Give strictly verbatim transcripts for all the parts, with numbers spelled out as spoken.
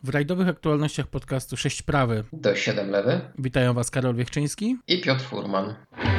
W rajdowych aktualnościach podcastu sześć prawy do siedem lewy witają Was Karol Wiechczyński i Piotr Furman.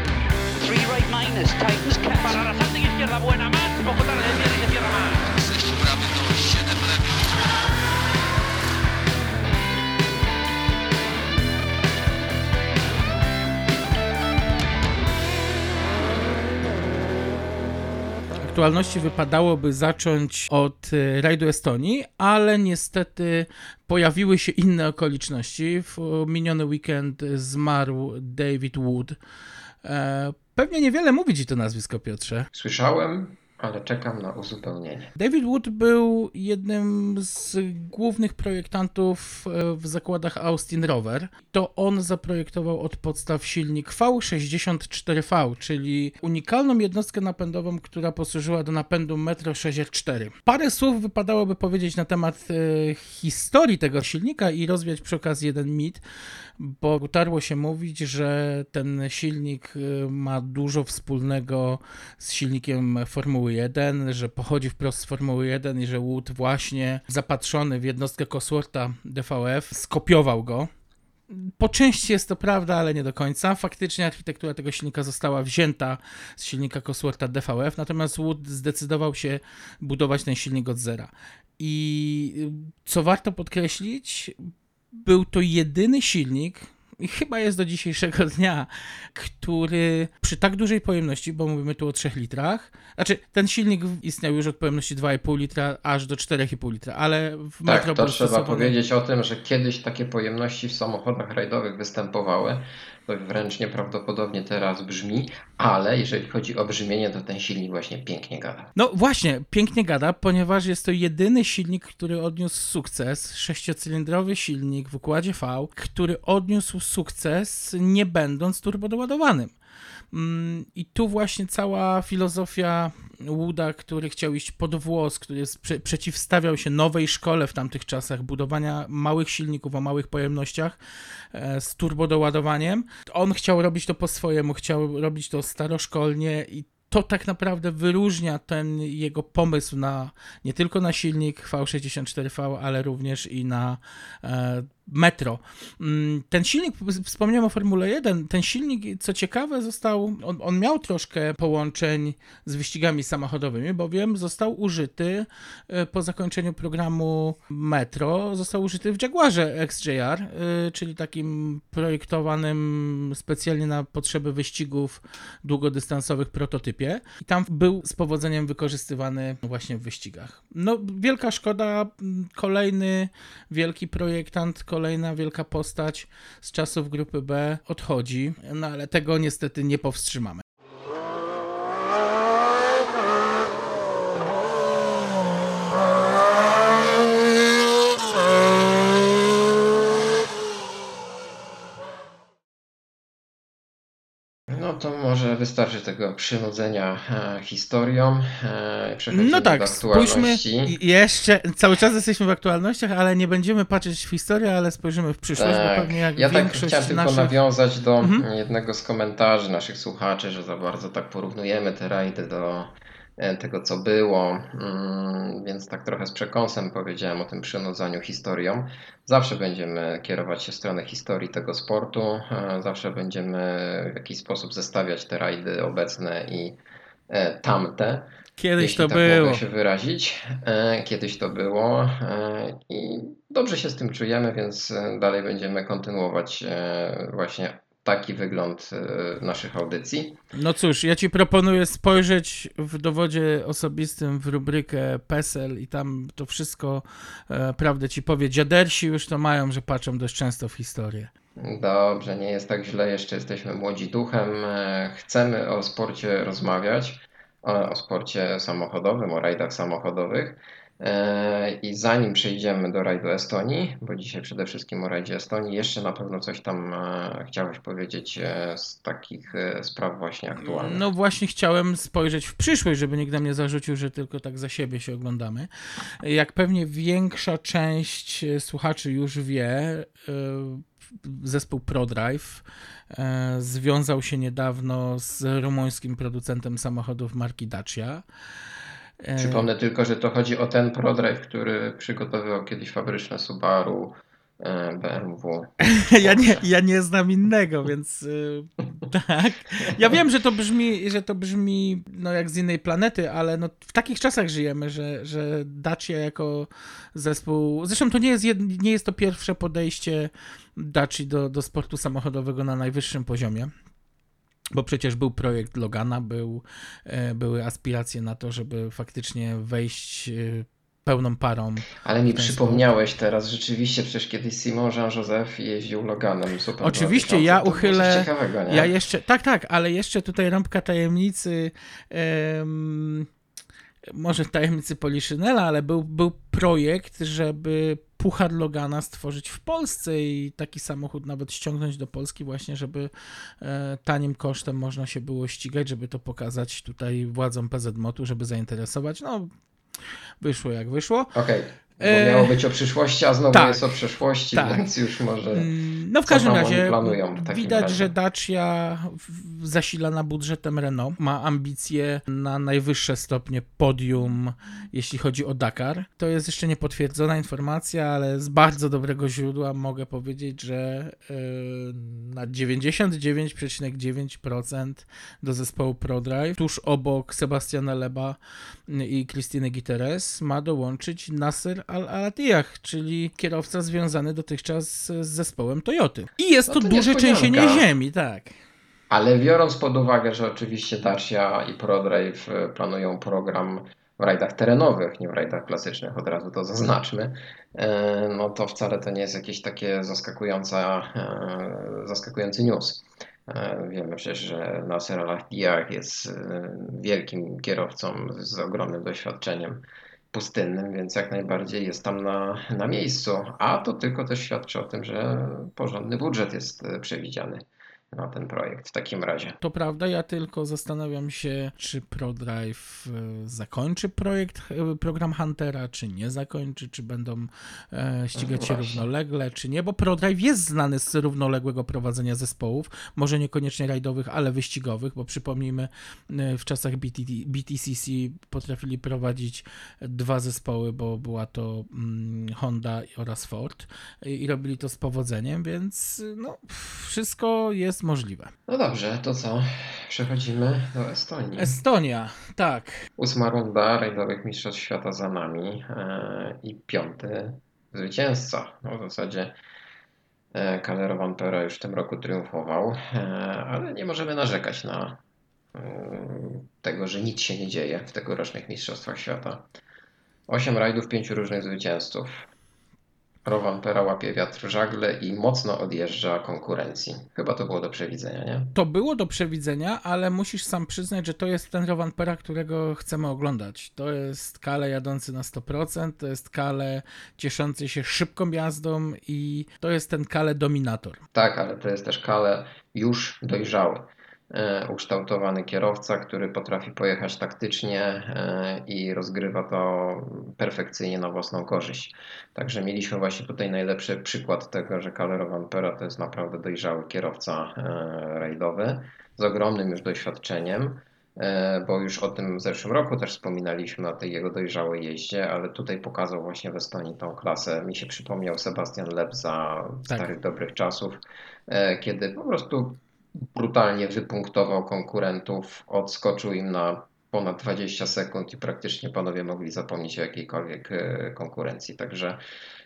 Aktualności wypadałoby zacząć od rajdu Estonii, ale niestety pojawiły się inne okoliczności. W miniony weekend zmarł David Wood. Pewnie niewiele mówi Ci to nazwisko, Piotrze. Słyszałem, ale czekam na uzupełnienie. David Wood był jednym z głównych projektantów w zakładach Austin Rover. To on zaprojektował od podstaw silnik V sześćdziesiąt cztery V, czyli unikalną jednostkę napędową, która posłużyła do napędu Metro sześć R cztery. Parę słów wypadałoby powiedzieć na temat e, historii tego silnika i rozwiać przy okazji jeden mit, bo utarło się mówić, że ten silnik ma dużo wspólnego z silnikiem Formuły jeden, że pochodzi wprost z Formuły jeden i że Wood właśnie zapatrzony w jednostkę Coswortha D V F skopiował go. Po części jest to prawda, ale nie do końca. Faktycznie architektura tego silnika została wzięta z silnika Coswortha D V F, natomiast Wood zdecydował się budować ten silnik od zera. I co warto podkreślić, był to jedyny silnik, i chyba jest do dzisiejszego dnia, który przy tak dużej pojemności, bo mówimy tu o trzech litrach, znaczy ten silnik istniał już od pojemności dwa i pół litra aż do cztery i pół litra, ale w tak, metro to był trzeba stosowany... powiedzieć o tym, że kiedyś takie pojemności w samochodach rajdowych występowały. To wręcz nieprawdopodobnie teraz brzmi, ale jeżeli chodzi o brzmienie, to ten silnik właśnie pięknie gada. No właśnie, pięknie gada, ponieważ jest to jedyny silnik, który odniósł sukces, sześciocylindrowy silnik w układzie V, który odniósł sukces nie będąc turbodoładowanym. I tu właśnie cała filozofia Wooda, który chciał iść pod włos, który sprze- przeciwstawiał się nowej szkole w tamtych czasach budowania małych silników o małych pojemnościach e, z turbodoładowaniem. On chciał robić to po swojemu, chciał robić to staroszkolnie i to tak naprawdę wyróżnia ten jego pomysł na nie tylko na silnik V sześćdziesiąt cztery V, ale również i na e, Metro. Ten silnik, wspomniałem o Formule jeden, ten silnik, co ciekawe, został, on, on miał troszkę połączeń z wyścigami samochodowymi, bowiem został użyty po zakończeniu programu Metro, został użyty w Jaguarze X J R, czyli takim projektowanym specjalnie na potrzeby wyścigów długodystansowych prototypie. I tam był z powodzeniem wykorzystywany właśnie w wyścigach. No, wielka szkoda, kolejny wielki projektant, kolejna wielka postać z czasów grupy B odchodzi, no ale tego niestety nie powstrzymamy. No to może wystarczy tego przynudzenia e, historią. E, no tak, do aktualności. Spójrzmy jeszcze, cały czas jesteśmy w aktualnościach, ale nie będziemy patrzeć w historię, ale spojrzymy w przyszłość, tak. bo pewnie jak ja większość tak chciałem tylko naszych... nawiązać do mhm. jednego z komentarzy naszych słuchaczy, że za bardzo tak porównujemy te rajdy do tego, co było, więc tak trochę z przekąsem powiedziałem o tym przynudzaniu historią. Zawsze będziemy kierować się w stronę historii tego sportu, zawsze będziemy w jakiś sposób zestawiać te rajdy obecne i tamte. Kiedyś jeśli to tak było. mogę się wyrazić. Kiedyś to było i dobrze się z tym czujemy, więc dalej będziemy kontynuować właśnie taki wygląd naszych audycji. No cóż, ja Ci proponuję spojrzeć w dowodzie osobistym w rubrykę PESEL i tam to wszystko e, prawdę Ci powie. Dziadersi już to mają, że patrzą dość często w historię. Dobrze, nie jest tak źle, jeszcze jesteśmy młodzi duchem. Chcemy o sporcie rozmawiać, o, o sporcie samochodowym, o rajdach samochodowych. I zanim przejdziemy do rajdu Estonii, bo dzisiaj przede wszystkim o rajdzie Estonii, jeszcze na pewno coś tam chciałeś powiedzieć z takich spraw właśnie aktualnych. No właśnie chciałem spojrzeć w przyszłość, żeby nikt nam nie zarzucił, że tylko tak za siebie się oglądamy. Jak pewnie większa część słuchaczy już wie, zespół ProDrive związał się niedawno z rumuńskim producentem samochodów marki Dacia. Przypomnę tylko, że to chodzi o ten ProDrive, który przygotowywał kiedyś fabryczne Subaru, B M W. Ja nie, ja nie znam innego, więc yy, tak. Ja wiem, że to brzmi, że to brzmi no jak z innej planety, ale no w takich czasach żyjemy, że, że Dacia jako zespół... Zresztą to nie jest, jed, nie jest to pierwsze podejście Daci do, do sportu samochodowego na najwyższym poziomie. Bo przecież był projekt Logana, był, były aspiracje na to, żeby faktycznie wejść pełną parą. Ale mi przypomniałeś sport. Teraz, rzeczywiście przecież kiedyś Simon Jean-Joseph jeździł Loganem. Super Oczywiście, ja uchylę, ja jeszcze, tak, tak, ale jeszcze tutaj rąbka tajemnicy, um, może tajemnicy Poliszynela, ale był, był projekt, żeby Puchar Logana stworzyć w Polsce i taki samochód nawet ściągnąć do Polski właśnie, żeby e, tanim kosztem można się było ścigać, żeby to pokazać tutaj władzom P Z M O T-u, żeby zainteresować. No, wyszło jak wyszło. Okej. Okay. Bo miało być o przyszłości, a znowu tak, jest o przeszłości, tak. Więc już może. No w każdym razie w widać, razie. że Dacia zasilana budżetem Renault ma ambicje na najwyższe stopnie podium, jeśli chodzi o Dakar. To jest jeszcze niepotwierdzona informacja, ale z bardzo dobrego źródła mogę powiedzieć, że na dziewięćdziesiąt dziewięć przecinek dziewięć procent do zespołu ProDrive tuż obok Sebastiana Loeba i Christiny Guterres ma dołączyć Nasser Al-Attiyah, czyli kierowca związany dotychczas z zespołem Toyoty. I jest no to, to duże trzęsienie ziemi, tak. Ale biorąc pod uwagę, że oczywiście Dacia i ProDrive planują program w rajdach terenowych, nie w rajdach klasycznych, od razu to zaznaczmy, no to wcale to nie jest jakiś takie zaskakująca, zaskakujący news. Wiemy przecież, że Nasser Al-Attiyah jest wielkim kierowcą z ogromnym doświadczeniem pustynnym, więc jak najbardziej jest tam na, na miejscu, a to tylko też świadczy o tym, że porządny budżet jest przewidziany na ten projekt w takim razie. To prawda, ja tylko zastanawiam się, czy ProDrive zakończy projekt, program Huntera, czy nie zakończy, czy będą ścigać no się równolegle, czy nie, bo ProDrive jest znany z równoległego prowadzenia zespołów, może niekoniecznie rajdowych, ale wyścigowych, bo przypomnijmy, w czasach B T, B T C C potrafili prowadzić dwa zespoły, bo była to Honda oraz Ford i robili to z powodzeniem, więc no, wszystko jest możliwe. No dobrze, to co? Przechodzimy do Estonii. Estonia, tak. Ósma runda rajdowych mistrzostw świata za nami yy, i piąty zwycięzca. No w zasadzie yy, Kalle Rovanpera już w tym roku triumfował, yy, ale nie możemy narzekać na yy, tego, że nic się nie dzieje w tegorocznych mistrzostwach świata. Osiem rajdów, pięciu różnych zwycięzców. Rovanpera łapie wiatr w żagle i mocno odjeżdża konkurencji. Chyba to było do przewidzenia, nie? To było do przewidzenia, ale musisz sam przyznać, że to jest ten Rovanpera, którego chcemy oglądać. To jest Kalle jadący na sto procent, to jest Kalle cieszący się szybką jazdą i to jest ten Kalle dominator. Tak, ale to jest też Kalle już dojrzały. Ukształtowany kierowca, który potrafi pojechać taktycznie i rozgrywa to perfekcyjnie na własną korzyść. Także mieliśmy właśnie tutaj najlepszy przykład tego, że Kalle Rovanpera to jest naprawdę dojrzały kierowca rajdowy z ogromnym już doświadczeniem, bo już o tym w zeszłym roku też wspominaliśmy o tej jego dojrzałej jeździe, ale tutaj pokazał właśnie w Estonii tą klasę. Mi się przypomniał Sebastian Loeb za tak. starych dobrych czasów, kiedy po prostu brutalnie wypunktował konkurentów, odskoczył im na ponad dwadzieścia sekund i praktycznie panowie mogli zapomnieć o jakiejkolwiek konkurencji. Także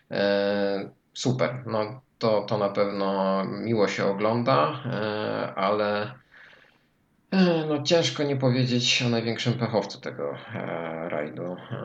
e, super. No, to, to na pewno miło się ogląda, e, ale e, no, ciężko nie powiedzieć o największym pechowcu tego e, rajdu.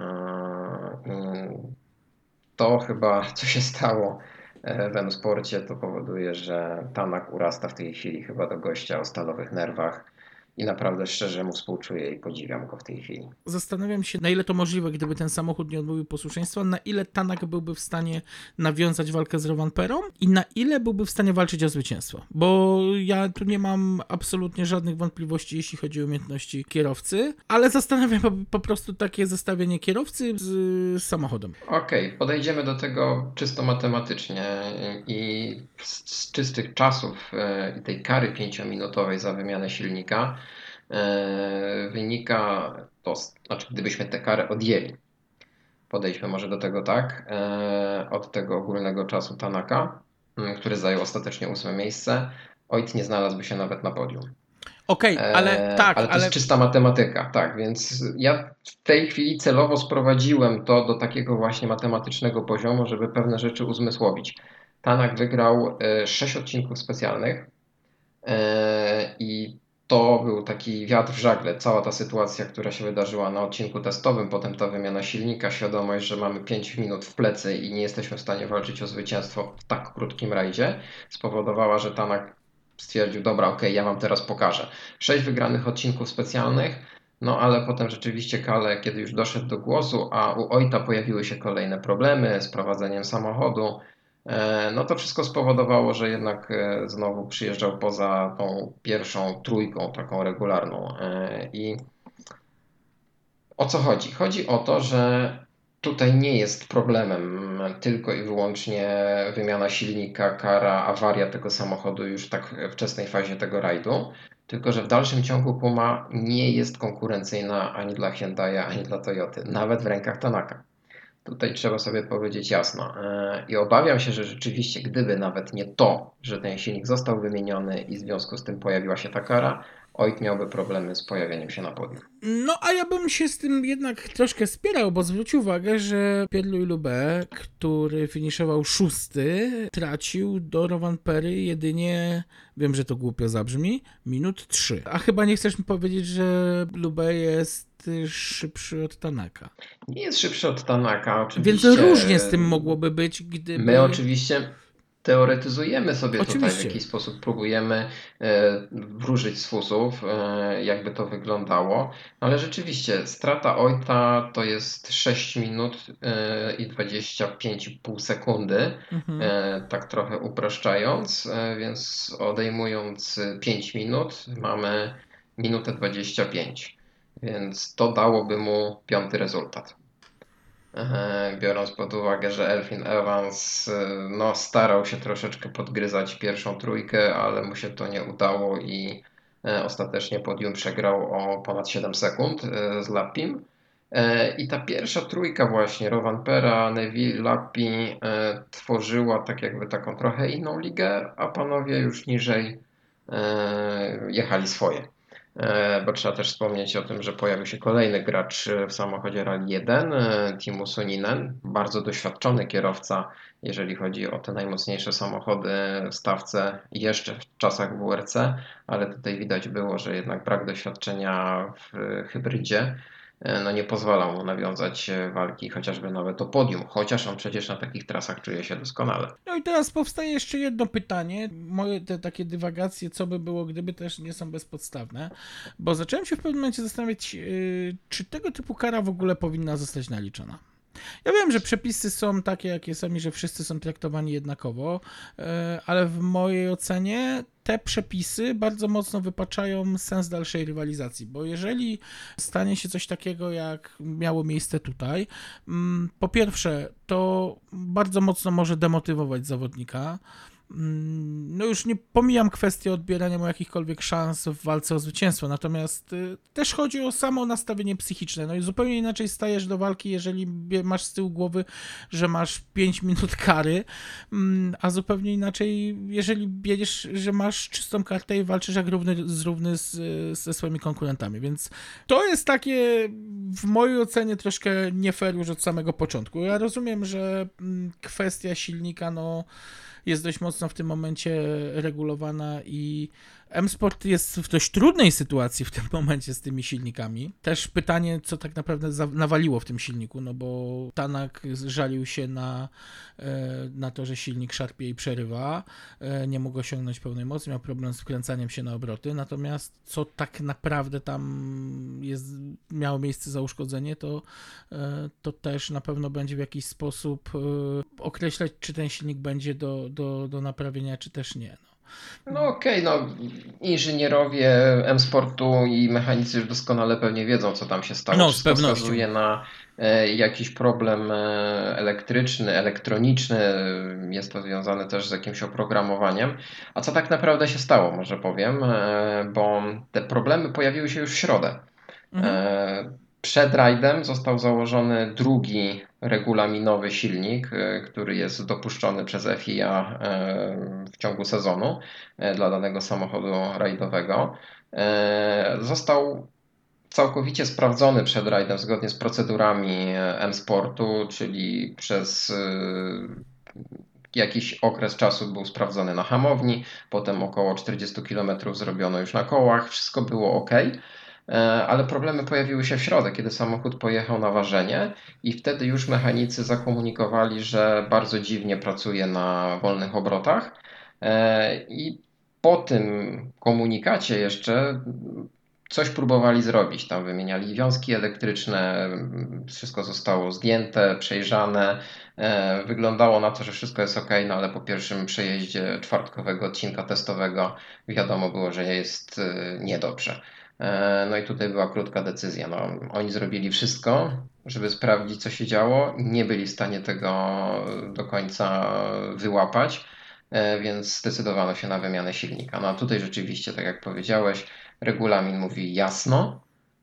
E, to chyba, co się stało w M-Sporcie, to powoduje, że Tanak urasta w tej chwili chyba do gościa o stalowych nerwach i naprawdę szczerze mu współczuję i podziwiam go w tej chwili. Zastanawiam się, na ile to możliwe, gdyby ten samochód nie odmówił posłuszeństwa, na ile Tanak byłby w stanie nawiązać walkę z Rovanperą i na ile byłby w stanie walczyć o zwycięstwo. Bo ja tu nie mam absolutnie żadnych wątpliwości, jeśli chodzi o umiejętności kierowcy, ale zastanawiam po, po prostu takie zestawienie kierowcy z, z samochodem. Okej, okay, podejdziemy do tego czysto matematycznie i z, z czystych czasów i tej kary pięciominutowej za wymianę silnika wynika to, znaczy gdybyśmy tę karę odjęli, podejdźmy może do tego tak, od tego ogólnego czasu Tanaka, który zajął ostatecznie ósme miejsce, Oit nie znalazłby się nawet na podium. Okej, okay, ale tak, ale to ale... jest czysta matematyka, tak, więc ja w tej chwili celowo sprowadziłem to do takiego właśnie matematycznego poziomu, żeby pewne rzeczy uzmysłowić. Tanak wygrał sześć odcinków specjalnych i to był taki wiatr w żagle. Cała ta sytuacja, która się wydarzyła na odcinku testowym, potem ta wymiana silnika, świadomość, że mamy pięć minut w plecy i nie jesteśmy w stanie walczyć o zwycięstwo w tak krótkim rajdzie, spowodowała, że Tanak stwierdził, dobra, okej, okay, ja wam teraz pokażę. Sześć wygranych odcinków specjalnych, no ale potem rzeczywiście Kalle, kiedy już doszedł do głosu, a u Oita pojawiły się kolejne problemy z prowadzeniem samochodu, no to wszystko spowodowało, że jednak znowu przyjeżdżał poza tą pierwszą trójką, taką regularną. I o co chodzi? Chodzi o to, że tutaj nie jest problemem tylko i wyłącznie wymiana silnika, kara, awaria tego samochodu już w tak wczesnej fazie tego rajdu, tylko że w dalszym ciągu Puma nie jest konkurencyjna ani dla Hyundai'a, ani dla Toyoty, nawet w rękach Tanaka. Tutaj trzeba sobie powiedzieć jasno. I obawiam się, że rzeczywiście gdyby nawet nie to, że ten silnik został wymieniony i w związku z tym pojawiła się ta kara, Oit miałby problemy z pojawieniem się na podium. No a ja bym się z tym jednak troszkę spierał, bo zwróć uwagę, że Pierre-Louis Loubet, który finiszował szósty, tracił do Rovanpery jedynie, wiem, że to głupio zabrzmi, minut trzy. A chyba nie chcesz mi powiedzieć, że Loubet jest szybszy od Tanaka. Nie jest szybszy od Tanaka, oczywiście. Więc różnie z tym mogłoby być, gdyby... My oczywiście teoretyzujemy sobie Oczywiście. Tutaj, w jakiś sposób próbujemy wróżyć z fusów, jakby to wyglądało, ale rzeczywiście strata Oita to jest sześć minut i dwadzieścia pięć i pół sekundy, mhm. tak trochę upraszczając, więc odejmując pięć minut mamy minutę dwadzieścia pięć, więc to dałoby mu piąty rezultat. Biorąc pod uwagę, że Elfyn Evans no, starał się troszeczkę podgryzać pierwszą trójkę, ale mu się to nie udało i ostatecznie podium przegrał o ponad siedem sekund z Lappim. I ta pierwsza trójka właśnie, Rovanpera, Neville, Lappi tworzyła tak jakby taką trochę inną ligę, a panowie już niżej jechali swoje. Bo trzeba też wspomnieć o tym, że pojawił się kolejny gracz w samochodzie Rally jeden, Timo Suninen, bardzo doświadczony kierowca, jeżeli chodzi o te najmocniejsze samochody w stawce jeszcze w czasach W R C, ale tutaj widać było, że jednak brak doświadczenia w hybrydzie no nie pozwalał mu nawiązać walki chociażby nawet o podium, chociaż on przecież na takich trasach czuje się doskonale. No i teraz powstaje jeszcze jedno pytanie, moje te takie dywagacje, co by było, gdyby, też nie są bezpodstawne, bo zacząłem się w pewnym momencie zastanawiać, yy, czy tego typu kara w ogóle powinna zostać naliczona. Ja wiem, że przepisy są takie, jakie są i że wszyscy są traktowani jednakowo, ale w mojej ocenie te przepisy bardzo mocno wypaczają sens dalszej rywalizacji, bo jeżeli stanie się coś takiego, jak miało miejsce tutaj, po pierwsze, to bardzo mocno może demotywować zawodnika. No już nie pomijam kwestię odbierania mu jakichkolwiek szans w walce o zwycięstwo, natomiast y, też chodzi o samo nastawienie psychiczne. No i zupełnie inaczej stajesz do walki, jeżeli masz z tyłu głowy, że masz pięć minut kary, mm, a zupełnie inaczej, jeżeli wiedziesz, że masz czystą kartę i walczysz jak równy z równy z, ze swoimi konkurentami, więc to jest takie w mojej ocenie troszkę nie fair już od samego początku. Ja rozumiem, że mm, kwestia silnika, no jest dość mocno w tym momencie regulowana i M-Sport jest w dość trudnej sytuacji w tym momencie z tymi silnikami. Też pytanie, co tak naprawdę nawaliło w tym silniku, no bo Tanak żalił się na, na to, że silnik szarpie i przerywa, nie mógł osiągnąć pełnej mocy, miał problem z wkręcaniem się na obroty, natomiast co tak naprawdę tam jest, miało miejsce za uszkodzenie, to, to też na pewno będzie w jakiś sposób określać, czy ten silnik będzie do, do, do naprawienia, czy też nie. No. No okej, no inżynierowie M-Sportu i mechanicy już doskonale pewnie wiedzą, co tam się stało. No, z Wszystko pewnością. wskazuje na e, jakiś problem e, elektryczny, elektroniczny. Jest to związane też z jakimś oprogramowaniem. A co tak naprawdę się stało, może powiem, e, bo te problemy pojawiły się już w środę. Mhm. E, Przed rajdem został założony drugi regulaminowy silnik, e, który jest dopuszczony przez F I A e, w ciągu sezonu e, dla danego samochodu rajdowego. E, Został całkowicie sprawdzony przed rajdem zgodnie z procedurami M-Sportu, czyli przez e, jakiś okres czasu był sprawdzony na hamowni, potem około czterdzieści kilometrów zrobiono już na kołach, wszystko było ok. Ale problemy pojawiły się w środę, kiedy samochód pojechał na ważenie i wtedy już mechanicy zakomunikowali, że bardzo dziwnie pracuje na wolnych obrotach. I po tym komunikacie jeszcze coś próbowali zrobić. Tam wymieniali wiązki elektryczne, wszystko zostało zdjęte, przejrzane. Wyglądało na to, że wszystko jest ok, no ale po pierwszym przejeździe czwartkowego odcinka testowego wiadomo było, że jest niedobrze. No i tutaj była krótka decyzja. No, oni zrobili wszystko, żeby sprawdzić, co się działo. Nie byli w stanie tego do końca wyłapać, więc zdecydowano się na wymianę silnika. No a tutaj rzeczywiście, tak jak powiedziałeś, regulamin mówi jasno.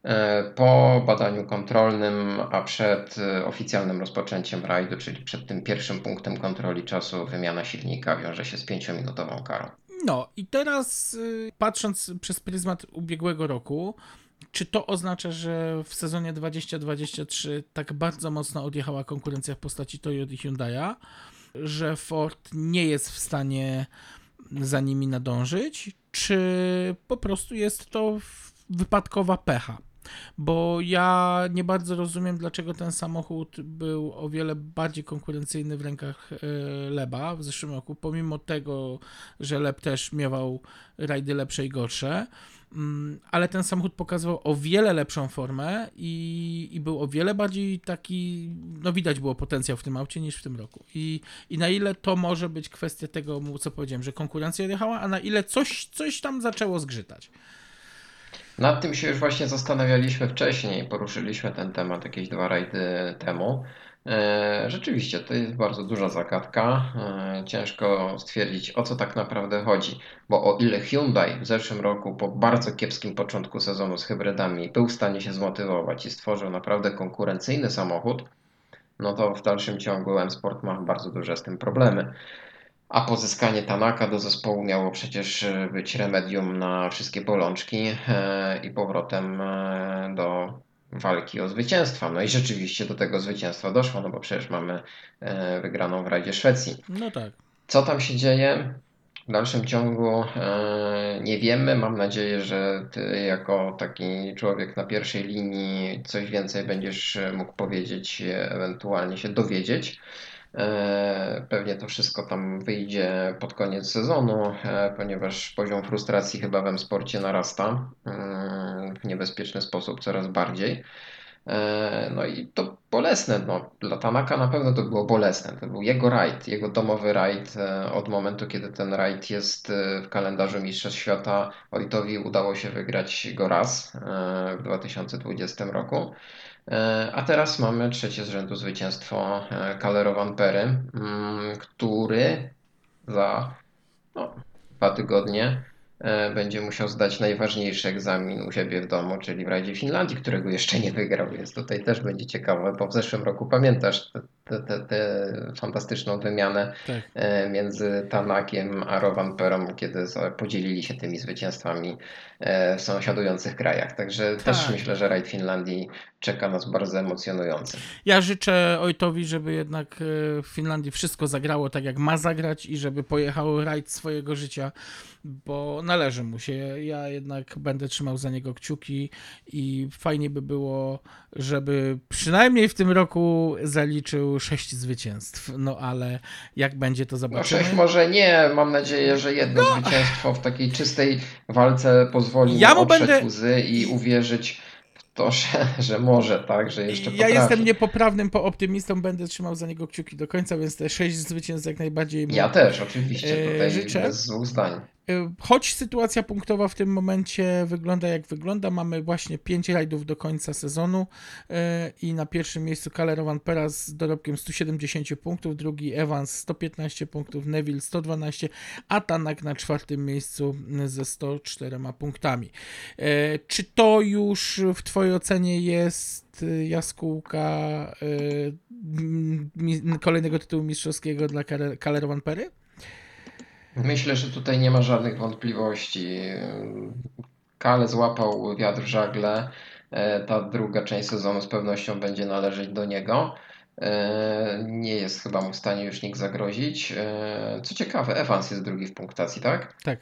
Po badaniu kontrolnym, a przed oficjalnym rozpoczęciem rajdu, czyli przed tym pierwszym punktem kontroli czasu, wymiana silnika wiąże się z pięciominutową karą. No i teraz y, patrząc przez pryzmat ubiegłego roku, czy to oznacza, że w sezonie dwudziestym dwudziestym trzecim tak bardzo mocno odjechała konkurencja w postaci Toyota i Hyundai'a, że Ford nie jest w stanie za nimi nadążyć, czy po prostu jest to wypadkowa pecha? Bo ja nie bardzo rozumiem, dlaczego ten samochód był o wiele bardziej konkurencyjny w rękach Leba w zeszłym roku, pomimo tego, że Leb też miewał rajdy lepsze i gorsze, ale ten samochód pokazywał o wiele lepszą formę i, i był o wiele bardziej taki, no widać było potencjał w tym aucie niż w tym roku. I, i na ile to może być kwestia tego, co powiedziałem, że konkurencja jechała, a na ile coś, coś tam zaczęło zgrzytać. Nad tym się już właśnie zastanawialiśmy wcześniej, poruszyliśmy ten temat jakieś dwa rajdy temu. Rzeczywiście, to jest bardzo duża zagadka. Ciężko stwierdzić, o co tak naprawdę chodzi, bo o ile Hyundai w zeszłym roku po bardzo kiepskim początku sezonu z hybrydami był w stanie się zmotywować i stworzył naprawdę konkurencyjny samochód, no to w dalszym ciągu M-Sport ma bardzo duże z tym problemy. A pozyskanie Tanaka do zespołu miało przecież być remedium na wszystkie bolączki i powrotem do walki o zwycięstwa. No i rzeczywiście do tego zwycięstwa doszło, no bo przecież mamy wygraną w rajdzie Szwecji. No tak. Co tam się dzieje? W dalszym ciągu nie wiemy. Mam nadzieję, że ty jako taki człowiek na pierwszej linii coś więcej będziesz mógł powiedzieć, ewentualnie się dowiedzieć. Pewnie to wszystko tam wyjdzie pod koniec sezonu, ponieważ poziom frustracji chyba w M-Sporcie narasta w niebezpieczny sposób coraz bardziej. No i to bolesne. No, dla Tanaka na pewno to było bolesne. To był jego rajd, jego domowy rajd. Od momentu, kiedy ten rajd jest w kalendarzu Mistrzostw Świata, Ojtowi udało się wygrać go raz w dwa tysiące dwudziestym roku. A teraz mamy trzecie z rzędu zwycięstwo Kalle Rovanpery, który za no, dwa tygodnie będzie musiał zdać najważniejszy egzamin u siebie w domu, czyli w rajdzie Finlandii, którego jeszcze nie wygrał, więc tutaj też będzie ciekawe, bo w zeszłym roku pamiętasz tę fantastyczną wymianę tak. między Tanakiem a Rovanperą, kiedy podzielili się tymi zwycięstwami w sąsiadujących krajach. Także tak. też myślę, że rajd Finlandii czeka nas bardzo emocjonujący. Ja życzę Ojtowi, żeby jednak w Finlandii wszystko zagrało tak, jak ma zagrać i żeby pojechał rajd swojego życia, bo należy mu się. Ja jednak będę trzymał za niego kciuki i fajnie by było, żeby przynajmniej w tym roku zaliczył sześć zwycięstw. No ale jak będzie, to zobaczymy. No sześć może nie. Mam nadzieję, że jedno no. zwycięstwo w takiej czystej walce pozwoli ja mu oprzeć będę... łzy i uwierzyć to, że, że może, tak, że jeszcze Ja jestem potrafi. niepoprawnym optymistą, będę trzymał za niego kciuki do końca, więc te sześć zwycięstw jak najbardziej mu Ja też, oczywiście, e, tutaj życzę. bez dwóch zdań. Choć sytuacja punktowa w tym momencie wygląda jak wygląda, mamy właśnie pięć rajdów do końca sezonu i na pierwszym miejscu Kalle Rovanpera z dorobkiem sto siedemdziesiąt punktów, drugi Evans sto piętnaście punktów, Neville sto dwanaście, a Tanak na czwartym miejscu ze sto czterema punktami. Czy to już w twojej ocenie jest jaskółka kolejnego tytułu mistrzowskiego dla Kalle Rovanpery? Myślę, że tutaj nie ma żadnych wątpliwości. Kalle złapał wiatr w żagle. Ta druga część sezonu z pewnością będzie należeć do niego. Nie jest chyba mu w stanie już nikt zagrozić. Co ciekawe, Evans jest drugi w punktacji, tak? Tak.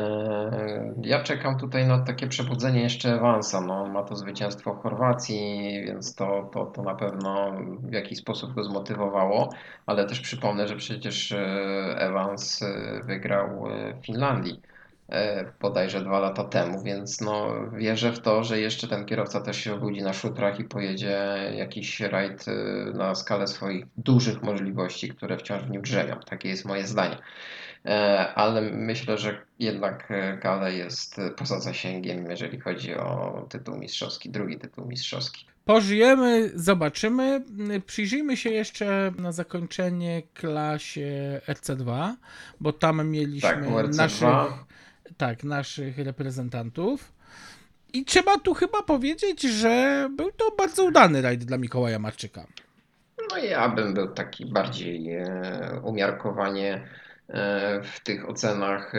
Ja czekam tutaj na takie przebudzenie jeszcze Evansa. No, on ma to zwycięstwo w Chorwacji, więc to, to, to na pewno w jakiś sposób go zmotywowało, ale też przypomnę, że przecież Evans wygrał w Finlandii bodajże dwa lata temu, więc no, wierzę w to, że jeszcze ten kierowca też się obudzi na szutrach i pojedzie jakiś rajd na skalę swoich dużych możliwości, które wciąż w nim drzewią. Takie jest moje zdanie. Ale myślę, że jednak Kalle jest poza zasięgiem, jeżeli chodzi o tytuł mistrzowski, drugi tytuł mistrzowski. Pożyjemy, zobaczymy. Przyjrzyjmy się jeszcze na zakończenie klasie R C dwa, bo tam mieliśmy tak, naszych, tak, naszych reprezentantów. I trzeba tu chyba powiedzieć, że był to bardzo udany rajd dla Mikołaja Marczyka. No ja bym był taki bardziej umiarkowanie w tych ocenach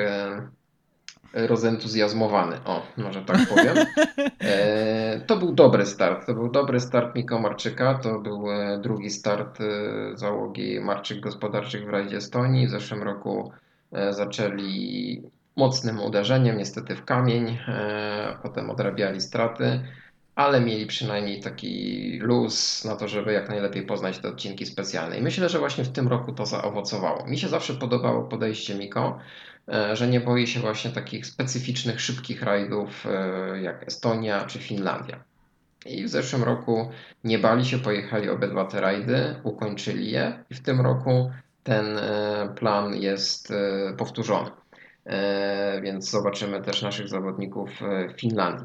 rozentuzjazmowany, o, może tak powiem. To był dobry start, to był dobry start Miko Marczyka, to był drugi start załogi Marczyk Gospodarczych w rajdzie Estonii. W zeszłym roku zaczęli mocnym uderzeniem, niestety w kamień, potem odrabiali straty, ale mieli przynajmniej taki luz na to, żeby jak najlepiej poznać te odcinki specjalne. I myślę, że właśnie w tym roku to zaowocowało. Mi się zawsze podobało podejście Miko, że nie boi się właśnie takich specyficznych, szybkich rajdów jak Estonia czy Finlandia. I w zeszłym roku nie bali się, pojechali obydwa te rajdy, ukończyli je i w tym roku ten plan jest powtórzony. Więc zobaczymy też naszych zawodników w Finlandii.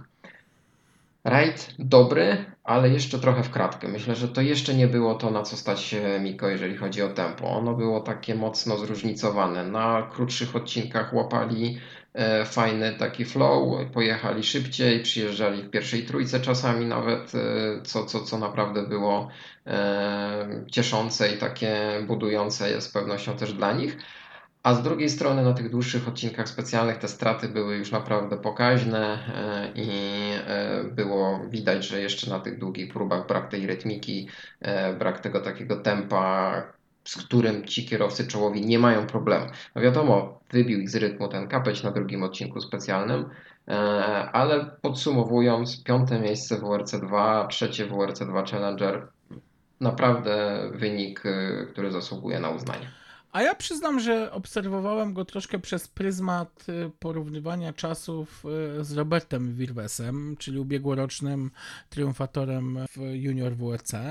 Rajd dobry, ale jeszcze trochę w kratkę. Myślę, że to jeszcze nie było to, na co stać Miko, jeżeli chodzi o tempo. Ono było takie mocno zróżnicowane. Na krótszych odcinkach łapali fajny taki flow, pojechali szybciej, przyjeżdżali w pierwszej trójce czasami nawet, co, co, co naprawdę było cieszące i takie budujące z pewnością też dla nich. A z drugiej strony na tych dłuższych odcinkach specjalnych te straty były już naprawdę pokaźne i było widać, że jeszcze na tych długich próbach brak tej rytmiki, brak tego takiego tempa, z którym ci kierowcy czołowi nie mają problemu. No wiadomo, wybił ich z rytmu ten Kapeć na drugim odcinku specjalnym, ale podsumowując, piąte miejsce w W R C dwa, trzecie w W R C dwa Challenger, naprawdę wynik, który zasługuje na uznanie. A ja przyznam, że obserwowałem go troszkę przez pryzmat porównywania czasów z Robertem Virvesem, czyli ubiegłorocznym triumfatorem w Junior W R C.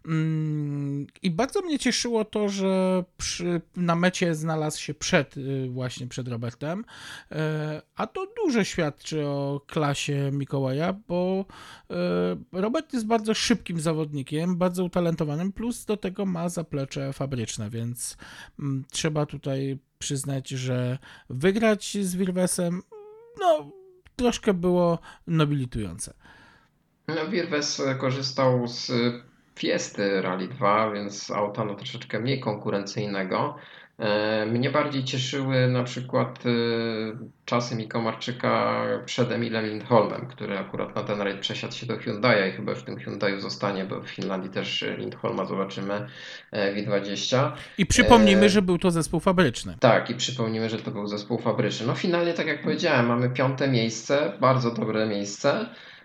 I bardzo mnie cieszyło to, że przy, na mecie znalazł się przed, właśnie przed Robertem, a to dużo świadczy o klasie Mikołaja, bo Robert jest bardzo szybkim zawodnikiem, bardzo utalentowanym, plus do tego ma zaplecze fabryczne, więc trzeba tutaj przyznać, że wygrać z Virvesem, no, troszkę było nobilitujące. No, Virves korzystał z Fiesty Rally dwa, więc auta no, troszeczkę mniej konkurencyjnego. Mnie bardziej cieszyły na przykład czasy Miko Marczyka przed Emilem Lindholmem, który akurat na ten rajd przesiadł się do Hyundai'a i chyba w tym Hyundai'u zostanie, bo w Finlandii też Lindholma zobaczymy w I dwadzieścia. I przypomnijmy, e... że był to zespół fabryczny. Tak, i przypomnijmy, że to był zespół fabryczny. No finalnie, tak jak powiedziałem, mamy piąte miejsce, bardzo dobre miejsce.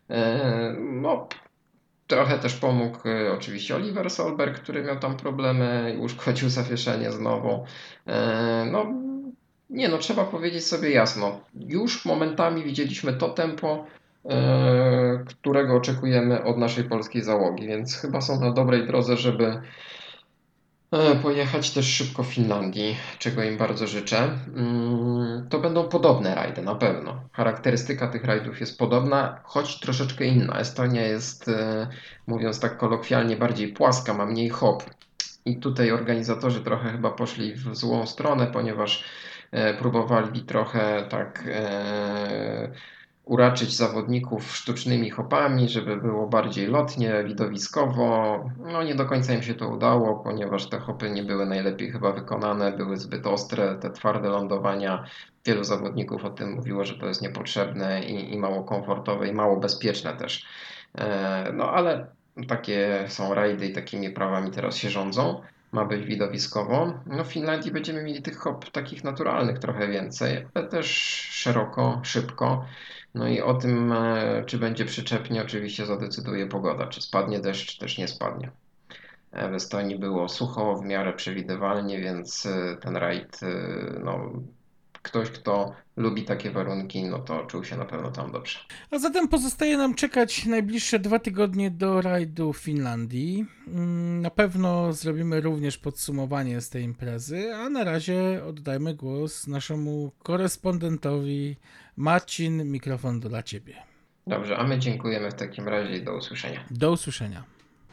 No, trochę też pomógł oczywiście Oliver Solberg, który miał tam problemy i uszkodził zawieszenie znowu. No, nie no, trzeba powiedzieć sobie jasno, już momentami widzieliśmy to tempo, którego oczekujemy od naszej polskiej załogi, więc chyba są na dobrej drodze, żeby pojechać też szybko w Finlandii, czego im bardzo życzę. To będą podobne rajdy, na pewno. Charakterystyka tych rajdów jest podobna, choć troszeczkę inna. Estonia jest, mówiąc tak kolokwialnie, bardziej płaska, ma mniej hop. I tutaj organizatorzy trochę chyba poszli w złą stronę, ponieważ próbowali trochę tak uraczyć zawodników sztucznymi hopami, żeby było bardziej lotnie, widowiskowo. No nie do końca im się to udało, ponieważ te hopy nie były najlepiej chyba wykonane, były zbyt ostre, te twarde lądowania. Wielu zawodników o tym mówiło, że to jest niepotrzebne i, i mało komfortowe i mało bezpieczne też. No ale takie są rajdy i takimi prawami teraz się rządzą. Ma być widowiskowo. No w Finlandii będziemy mieli tych hop takich naturalnych trochę więcej, ale też szeroko, szybko. No i o tym, czy będzie przyczepnie, oczywiście zadecyduje pogoda. Czy spadnie deszcz, czy też nie spadnie. W Estonii było sucho, w miarę przewidywalnie, więc ten rajd, no, ktoś, kto lubi takie warunki, no to czuł się na pewno tam dobrze. A zatem pozostaje nam czekać najbliższe dwa tygodnie do rajdu w Finlandii. Na pewno zrobimy również podsumowanie z tej imprezy, a na razie oddajmy głos naszemu korespondentowi. Marcin, mikrofon dla Ciebie. Dobrze, a my dziękujemy w takim razie i do usłyszenia. Do usłyszenia.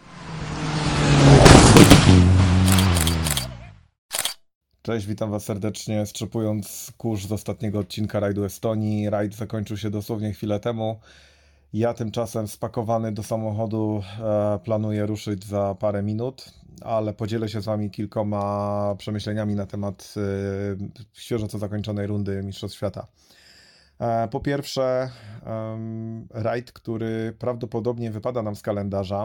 Cześć, witam Was serdecznie, strzepując kurz z ostatniego odcinka rajdu Estonii. Rajd zakończył się dosłownie chwilę temu. Ja tymczasem spakowany do samochodu e, planuję ruszyć za parę minut, ale podzielę się z Wami kilkoma przemyśleniami na temat e, świeżo co zakończonej rundy Mistrzostw Świata. E, po pierwsze, e, rajd, który prawdopodobnie wypada nam z kalendarza,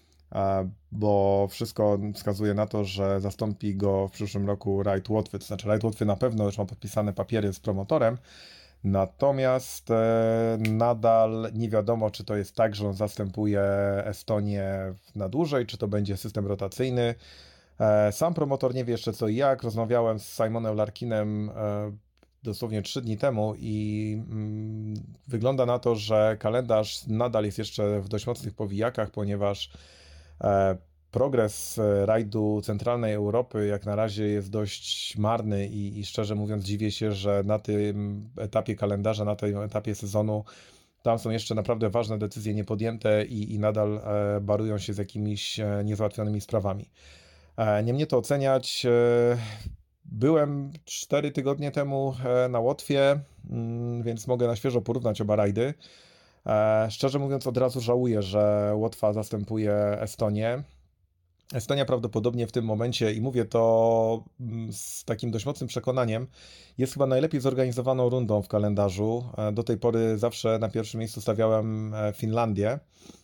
bo wszystko wskazuje na to, że zastąpi go w przyszłym roku rajd Łotwy. To znaczy rajd Łotwy na pewno już ma podpisane papiery z promotorem, natomiast nadal nie wiadomo, czy to jest tak, że on zastępuje Estonię na dłużej, czy to będzie system rotacyjny. Sam promotor nie wie jeszcze co i jak. Rozmawiałem z Simonem Larkinem dosłownie trzy dni temu i mm, wygląda na to, że kalendarz nadal jest jeszcze w dość mocnych powijakach, ponieważ progres rajdu centralnej Europy jak na razie jest dość marny i, i szczerze mówiąc dziwię się, że na tym etapie kalendarza, na tym etapie sezonu tam są jeszcze naprawdę ważne decyzje niepodjęte i, i nadal barują się z jakimiś niezałatwionymi sprawami. Nie mnie to oceniać. Byłem cztery tygodnie temu na Łotwie, więc mogę na świeżo porównać oba rajdy. Szczerze mówiąc od razu żałuję, że Łotwa zastępuje Estonię. Estonia prawdopodobnie w tym momencie, i mówię to z takim dość mocnym przekonaniem, jest chyba najlepiej zorganizowaną rundą w kalendarzu. Do tej pory zawsze na pierwszym miejscu stawiałem Finlandię.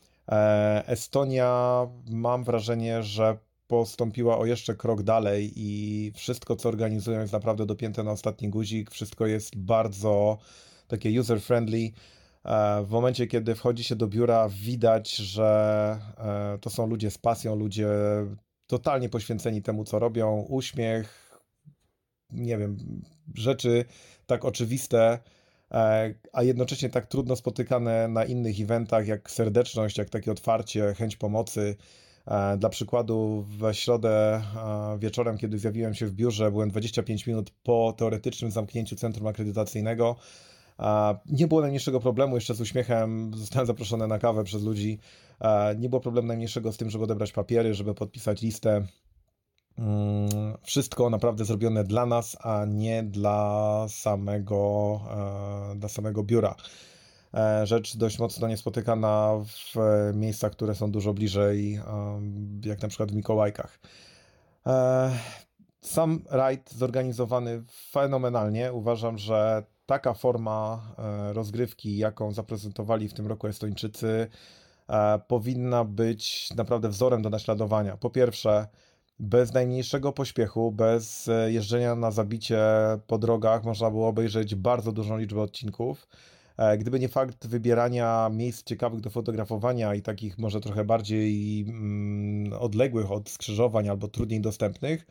Estonia, mam wrażenie, że postąpiła o jeszcze krok dalej i wszystko co organizują jest naprawdę dopięte na ostatni guzik. Wszystko jest bardzo takie user-friendly. W momencie, kiedy wchodzi się do biura, widać, że to są ludzie z pasją, ludzie totalnie poświęceni temu, co robią. Uśmiech, nie wiem, rzeczy tak oczywiste, a jednocześnie tak trudno spotykane na innych eventach, jak serdeczność, jak takie otwarcie, chęć pomocy. Dla przykładu w środę wieczorem, kiedy zjawiłem się w biurze, byłem dwadzieścia pięć minut po teoretycznym zamknięciu centrum akredytacyjnego. Nie było najmniejszego problemu, jeszcze z uśmiechem zostałem zaproszony na kawę przez ludzi. Nie było problemu najmniejszego z tym, żeby odebrać papiery, żeby podpisać listę. Wszystko naprawdę zrobione dla nas, a nie dla samego, dla samego biura. Rzecz dość mocno niespotykana w miejscach, które są dużo bliżej, jak na przykład w Mikołajkach. Sam rajd zorganizowany fenomenalnie. Uważam, że taka forma rozgrywki, jaką zaprezentowali w tym roku Estończycy, powinna być naprawdę wzorem do naśladowania. Po pierwsze, bez najmniejszego pośpiechu, bez jeżdżenia na zabicie po drogach można było obejrzeć bardzo dużą liczbę odcinków. Gdyby nie fakt wybierania miejsc ciekawych do fotografowania i takich może trochę bardziej mm, odległych od skrzyżowań albo trudniej dostępnych,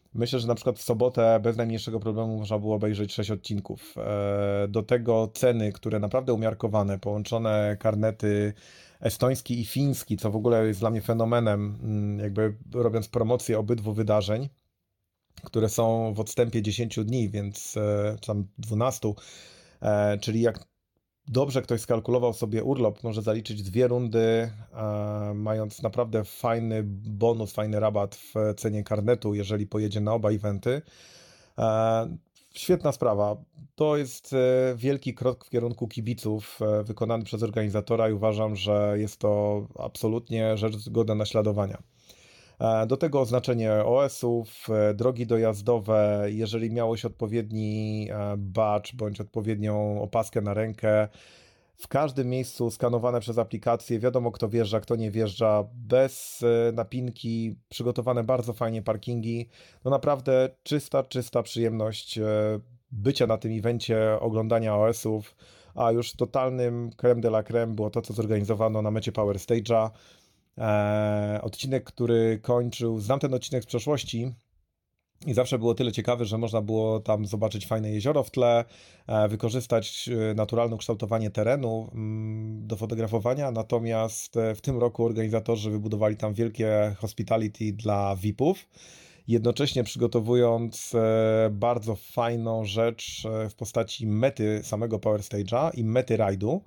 Myślę, że na przykład w sobotę bez najmniejszego problemu można było obejrzeć sześć odcinków. E, Do tego ceny, które naprawdę umiarkowane, połączone karnety estoński i fiński, co w ogóle jest dla mnie fenomenem, mm, jakby robiąc promocję obydwu wydarzeń, które są w odstępie dziesięć dni, więc e, czy tam dwanaście, e, czyli jak dobrze ktoś skalkulował sobie urlop, może zaliczyć dwie rundy, e, mając naprawdę fajny bonus, fajny rabat w cenie karnetu, jeżeli pojedzie na oba eventy. E, Świetna sprawa. To jest e, wielki krok w kierunku kibiców, e, wykonany przez organizatora i uważam, że jest to absolutnie rzecz godna naśladowania. E, Do tego oznaczenie O S-ów, e, drogi dojazdowe, jeżeli miałeś odpowiedni e, badge bądź odpowiednią opaskę na rękę, w każdym miejscu skanowane przez aplikację, wiadomo kto wjeżdża, kto nie wjeżdża, bez e, napinki, przygotowane bardzo fajnie parkingi. No naprawdę czysta, czysta przyjemność e, bycia na tym evencie, oglądania O S-ów, a już totalnym creme de la creme było to, co zorganizowano na mecie Power Stage'a. E, odcinek, który kończył, znam ten odcinek z przeszłości i zawsze było tyle ciekawy, że można było tam zobaczyć fajne jezioro w tle, e, wykorzystać e, naturalne kształtowanie terenu mm, do fotografowania, natomiast e, w tym roku organizatorzy wybudowali tam wielkie hospitality dla V I P-ów, jednocześnie przygotowując e, bardzo fajną rzecz e, w postaci mety samego Power Stage'a i mety rajdu.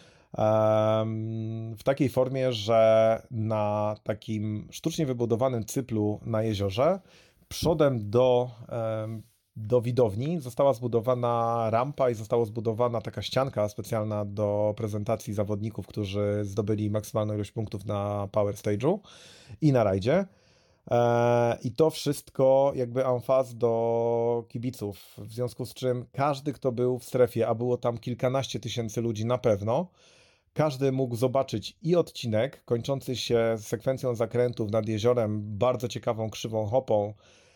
W takiej formie, że na takim sztucznie wybudowanym cyplu na jeziorze przodem do, do widowni została zbudowana rampa i została zbudowana taka ścianka specjalna do prezentacji zawodników, którzy zdobyli maksymalną ilość punktów na Power Stage'u i na rajdzie. I to wszystko jakby en face do kibiców, w związku z czym każdy, kto był w strefie, a było tam kilkanaście tysięcy ludzi na pewno, każdy mógł zobaczyć i odcinek kończący się sekwencją zakrętów nad jeziorem, bardzo ciekawą krzywą hopą,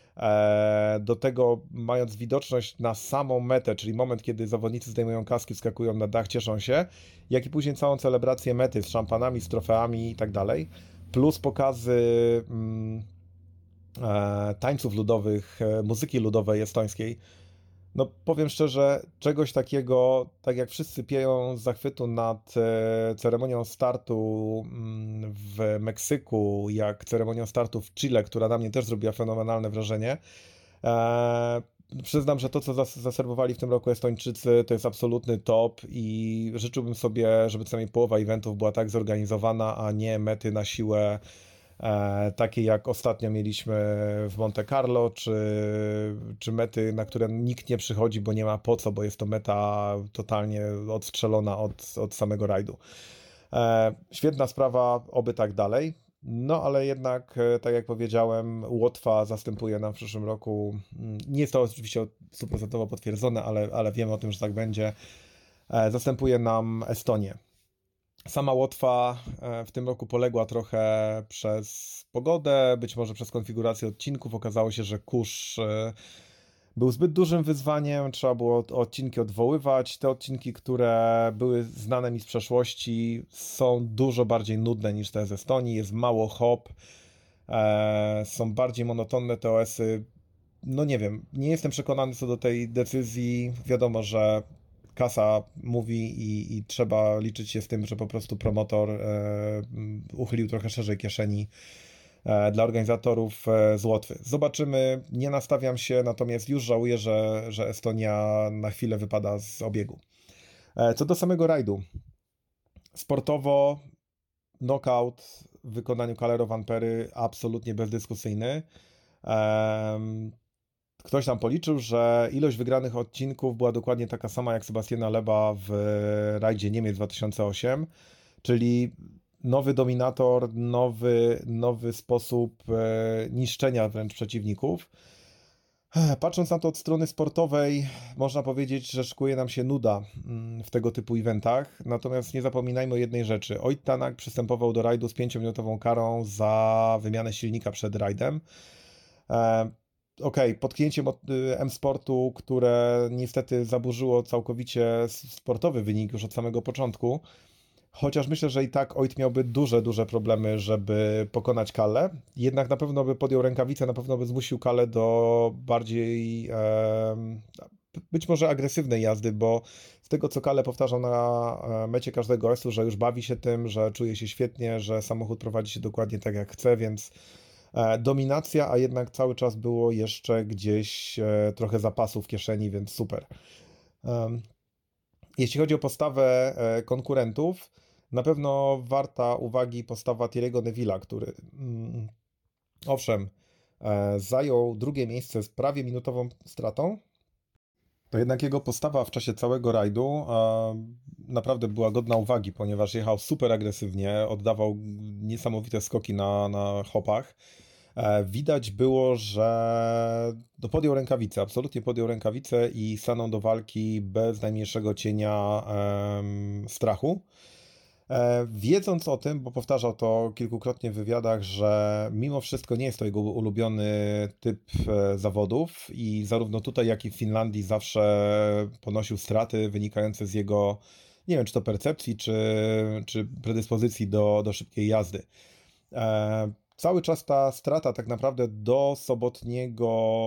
do tego mając widoczność na samą metę, czyli moment, kiedy zawodnicy zdejmują kaski, wskakują na dach, cieszą się, jak i później całą celebrację mety z szampanami, z trofeami i tak dalej, plus pokazy mm, e, tańców ludowych, e, muzyki ludowej estońskiej. No powiem szczerze, czegoś takiego, tak jak wszyscy pieją z zachwytu nad e, ceremonią startu mm, w Meksyku, jak ceremonią startu w Chile, która na mnie też zrobiła fenomenalne wrażenie. E, przyznam, że to, co zas zaserwowali w tym roku Estończycy, to jest absolutny top i życzyłbym sobie, żeby co najmniej połowa eventów była tak zorganizowana, a nie mety na siłę, E, takie jak ostatnio mieliśmy w Monte Carlo, czy, czy mety, na które nikt nie przychodzi, bo nie ma po co, bo jest to meta totalnie odstrzelona od, od samego rajdu. E, świetna sprawa, oby tak dalej. No ale jednak, e, tak jak powiedziałem, Łotwa zastępuje nam w przyszłym roku, nie jest to oczywiście stuprocentowo potwierdzone, ale, ale wiemy o tym, że tak będzie, e, zastępuje nam Estonię. Sama Łotwa w tym roku poległa trochę przez pogodę, być może przez konfigurację odcinków. Okazało się, że kurz był zbyt dużym wyzwaniem, trzeba było odcinki odwoływać. Te odcinki, które były znane mi z przeszłości, są dużo bardziej nudne niż te z Estonii. Jest mało hop, są bardziej monotonne te O S-y. No nie wiem, nie jestem przekonany co do tej decyzji. Wiadomo, że kasa mówi i, i trzeba liczyć się z tym, że po prostu promotor e, uchylił trochę szerzej kieszeni e, dla organizatorów e, z Łotwy. Zobaczymy, nie nastawiam się, natomiast już żałuję, że, że Estonia na chwilę wypada z obiegu. E, co do samego rajdu. Sportowo knockout w wykonaniu Calero Vanpery absolutnie bezdyskusyjny. E, Ktoś tam policzył, że ilość wygranych odcinków była dokładnie taka sama jak Sebastiana Loeba w rajdzie Niemiec dwa tysiące osiem, czyli nowy dominator, nowy, nowy sposób e, niszczenia wręcz przeciwników. Patrząc na to od strony sportowej, można powiedzieć, że szykuje nam się nuda w tego typu eventach, natomiast nie zapominajmy o jednej rzeczy. Oyt Tanak przystępował do rajdu z pięciominutową karą za wymianę silnika przed rajdem. E, Okej, okay, potknięcie M-Sportu, które niestety zaburzyło całkowicie sportowy wynik już od samego początku. Chociaż myślę, że i tak Oit miałby duże, duże problemy, żeby pokonać Kalle. Jednak na pewno by podjął rękawice, na pewno by zmusił Kalle do bardziej e, być może agresywnej jazdy, bo z tego, co Kalle powtarzał na mecie każdego esu, że już bawi się tym, że czuje się świetnie, że samochód prowadzi się dokładnie tak, jak chce, więc e, dominacja, a jednak cały czas było jeszcze gdzieś e, trochę zapasu w kieszeni, więc super. Um, Jeśli chodzi o postawę e, konkurentów, na pewno warta uwagi postawa Thierry'ego Neville'a, który mm, owszem, e, zajął drugie miejsce z prawie minutową stratą, to jednak jego postawa w czasie całego rajdu e, naprawdę była godna uwagi, ponieważ jechał super agresywnie, oddawał niesamowite skoki na, na hopach. E, widać było, że no, podjął rękawice, absolutnie podjął rękawice i stanął do walki bez najmniejszego cienia em, strachu. E, wiedząc o tym, bo powtarzał to kilkukrotnie w wywiadach, że mimo wszystko nie jest to jego ulubiony typ e, zawodów i zarówno tutaj, jak i w Finlandii zawsze ponosił straty wynikające z jego, nie wiem, czy to percepcji, czy, czy predyspozycji do, do szybkiej jazdy. E, cały czas ta strata tak naprawdę do sobotniego,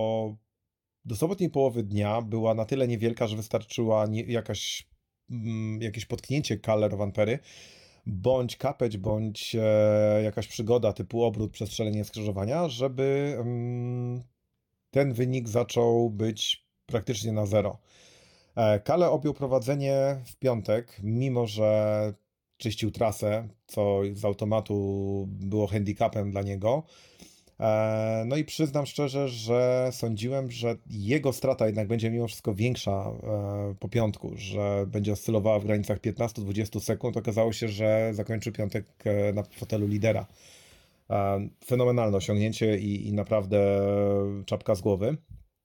do sobotniej połowy dnia była na tyle niewielka, że wystarczyła nie, jakaś jakieś potknięcie Kalle Rovanpery, bądź kapeć, bądź e, jakaś przygoda typu obrót, przestrzelenie skrzyżowania, żeby mm, ten wynik zaczął być praktycznie na zero. E, Kalle objął prowadzenie w piątek, mimo że czyścił trasę, co z automatu było handicapem dla niego. No i przyznam szczerze, że sądziłem, że jego strata jednak będzie mimo wszystko większa po piątku, że będzie oscylowała w granicach piętnaście do dwudziestu sekund. Okazało się, że zakończył piątek na fotelu lidera. Fenomenalne osiągnięcie i, i naprawdę czapka z głowy.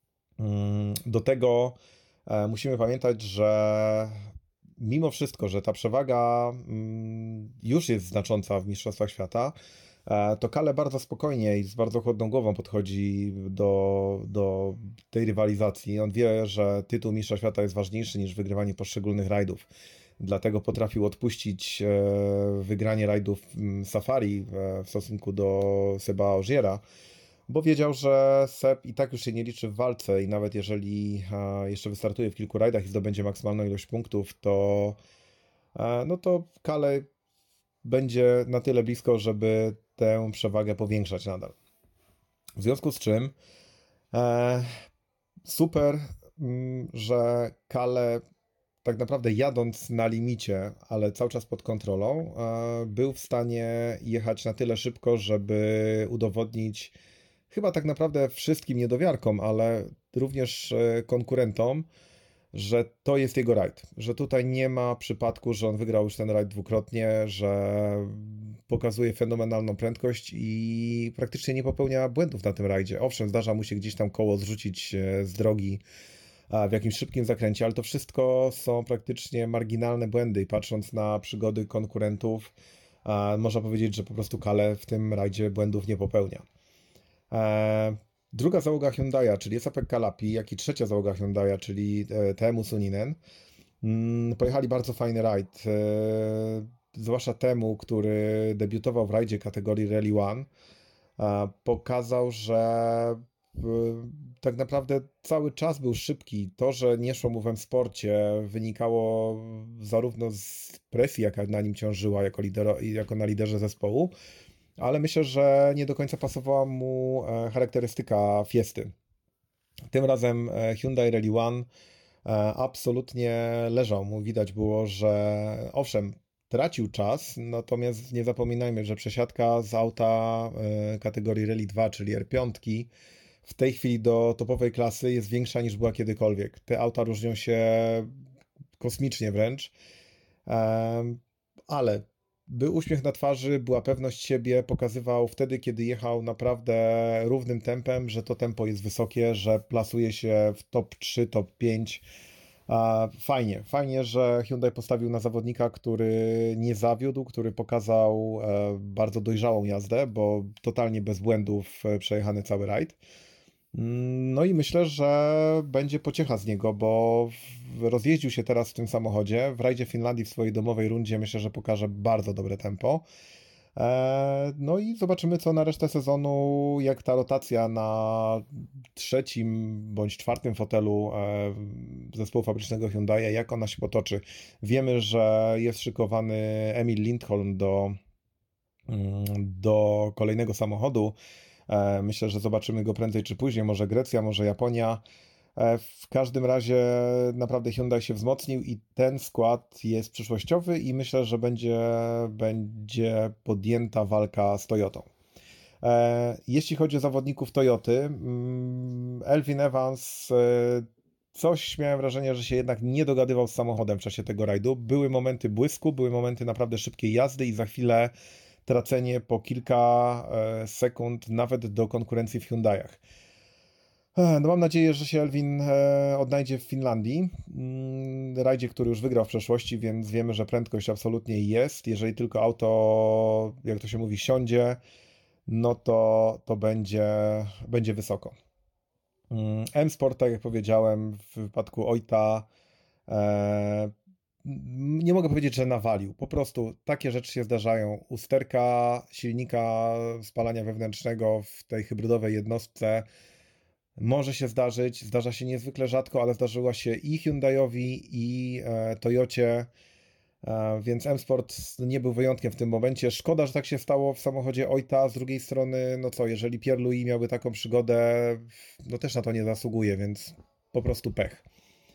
Do tego musimy pamiętać, że mimo wszystko, że ta przewaga już jest znacząca w Mistrzostwach Świata, to Kalle bardzo spokojnie i z bardzo chłodną głową podchodzi do, do tej rywalizacji. On wie, że tytuł Mistrza Świata jest ważniejszy niż wygrywanie poszczególnych rajdów. Dlatego potrafił odpuścić wygranie rajdów Safari w stosunku do Seba Ogiera, bo wiedział, że Seb i tak już się nie liczy w walce i nawet jeżeli jeszcze wystartuje w kilku rajdach i zdobędzie maksymalną ilość punktów, to no to Kalle będzie na tyle blisko, żeby tę przewagę powiększać nadal. W związku z czym e, super, m, że Kalle tak naprawdę jadąc na limicie, ale cały czas pod kontrolą, e, był w stanie jechać na tyle szybko, żeby udowodnić chyba tak naprawdę wszystkim niedowiarkom, ale również e, konkurentom, że to jest jego rajd, że tutaj nie ma przypadku, że on wygrał już ten rajd dwukrotnie, że pokazuje fenomenalną prędkość i praktycznie nie popełnia błędów na tym rajdzie. Owszem, zdarza mu się gdzieś tam koło zrzucić z drogi w jakimś szybkim zakręcie, ale to wszystko są praktycznie marginalne błędy i patrząc na przygody konkurentów, można powiedzieć, że po prostu Kalle w tym rajdzie błędów nie popełnia. Druga załoga Hyundai'a, czyli Esa-Pekka Lappi, jak i trzecia załoga Hyundai'a, czyli Teemu Suninen, pojechali bardzo fajny rajd. Zwłaszcza Teemu, który debiutował w rajdzie kategorii Rally One, pokazał, że tak naprawdę cały czas był szybki. To, że nie szło mu w M-Sporcie, wynikało zarówno z presji, jaka na nim ciążyła jako, lidero, jako na liderze zespołu, ale myślę, że nie do końca pasowała mu charakterystyka Fiesty. Tym razem Hyundai Rally One absolutnie leżał mu. Widać było, że owszem, tracił czas, natomiast nie zapominajmy, że przesiadka z auta kategorii Rally dwa, czyli R pięć, w tej chwili do topowej klasy jest większa niż była kiedykolwiek. Te auta różnią się kosmicznie wręcz, ale był uśmiech na twarzy, była pewność siebie, pokazywał wtedy, kiedy jechał naprawdę równym tempem, że to tempo jest wysokie, że plasuje się w top trzy, top pięć. Fajnie, fajnie, że Hyundai postawił na zawodnika, który nie zawiódł, który pokazał bardzo dojrzałą jazdę, bo totalnie bez błędów przejechany cały rajd. No i myślę, że będzie pociecha z niego, bo w- rozjeździł się teraz w tym samochodzie. W rajdzie Finlandii w swojej domowej rundzie myślę, że pokaże bardzo dobre tempo. E, No i zobaczymy, co na resztę sezonu, jak ta rotacja na trzecim bądź czwartym fotelu e, zespołu fabrycznego Hyundai, jak ona się potoczy. Wiemy, że jest szykowany Emil Lindholm do, mm, do kolejnego samochodu. E, Myślę, że zobaczymy go prędzej czy później, może Grecja, może Japonia. E, W każdym razie naprawdę Hyundai się wzmocnił i ten skład jest przyszłościowy i myślę, że będzie, będzie podjęta walka z Toyotą. E, Jeśli chodzi o zawodników Toyoty, mm, Elfin Evans, e, coś miałem wrażenie, że się jednak nie dogadywał z samochodem w czasie tego rajdu. Były momenty błysku, były momenty naprawdę szybkiej jazdy i za chwilę tracenie po kilka e, sekund nawet do konkurencji w Hyundaiach. E, No mam nadzieję, że się Elwin e, odnajdzie w Finlandii, mm, rajdzie, który już wygrał w przeszłości, więc wiemy, że prędkość absolutnie jest. Jeżeli tylko auto, jak to się mówi, siądzie, no to, to będzie, będzie wysoko. Mm, M-Sport, tak jak powiedziałem, w wypadku Ojta e, nie mogę powiedzieć, że nawalił. Po prostu takie rzeczy się zdarzają. Usterka silnika spalania wewnętrznego w tej hybrydowej jednostce może się zdarzyć. Zdarza się niezwykle rzadko, ale zdarzyła się i Hyundaiowi, i e, Toyocie. E, Więc M-Sport nie był wyjątkiem w tym momencie. Szkoda, że tak się stało w samochodzie Ojta. Z drugiej strony, no co, jeżeli Pierre-Louis miałby taką przygodę, no też na to nie zasługuje, więc po prostu pech.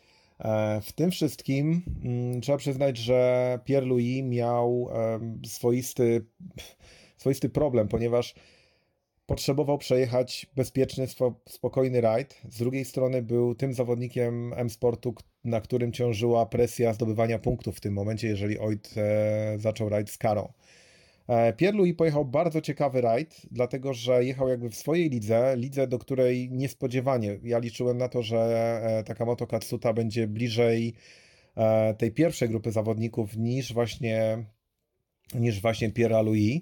E, W tym wszystkim mm, trzeba przyznać, że Pierre-Louis miał em, swoisty, swoisty problem, ponieważ potrzebował przejechać bezpieczny, spo- spokojny rajd. Z drugiej strony był tym zawodnikiem M-Sportu, k- na którym ciążyła presja zdobywania punktów w tym momencie, jeżeli Oit e, zaczął rajd z karą. E, Pierre-Louis pojechał bardzo ciekawy rajd, dlatego że jechał jakby w swojej lidze, lidze, do której niespodziewanie. Ja liczyłem na to, że e, Takamoto Katsuta będzie bliżej e, tej pierwszej grupy zawodników niż właśnie, niż właśnie Pierre-Louis.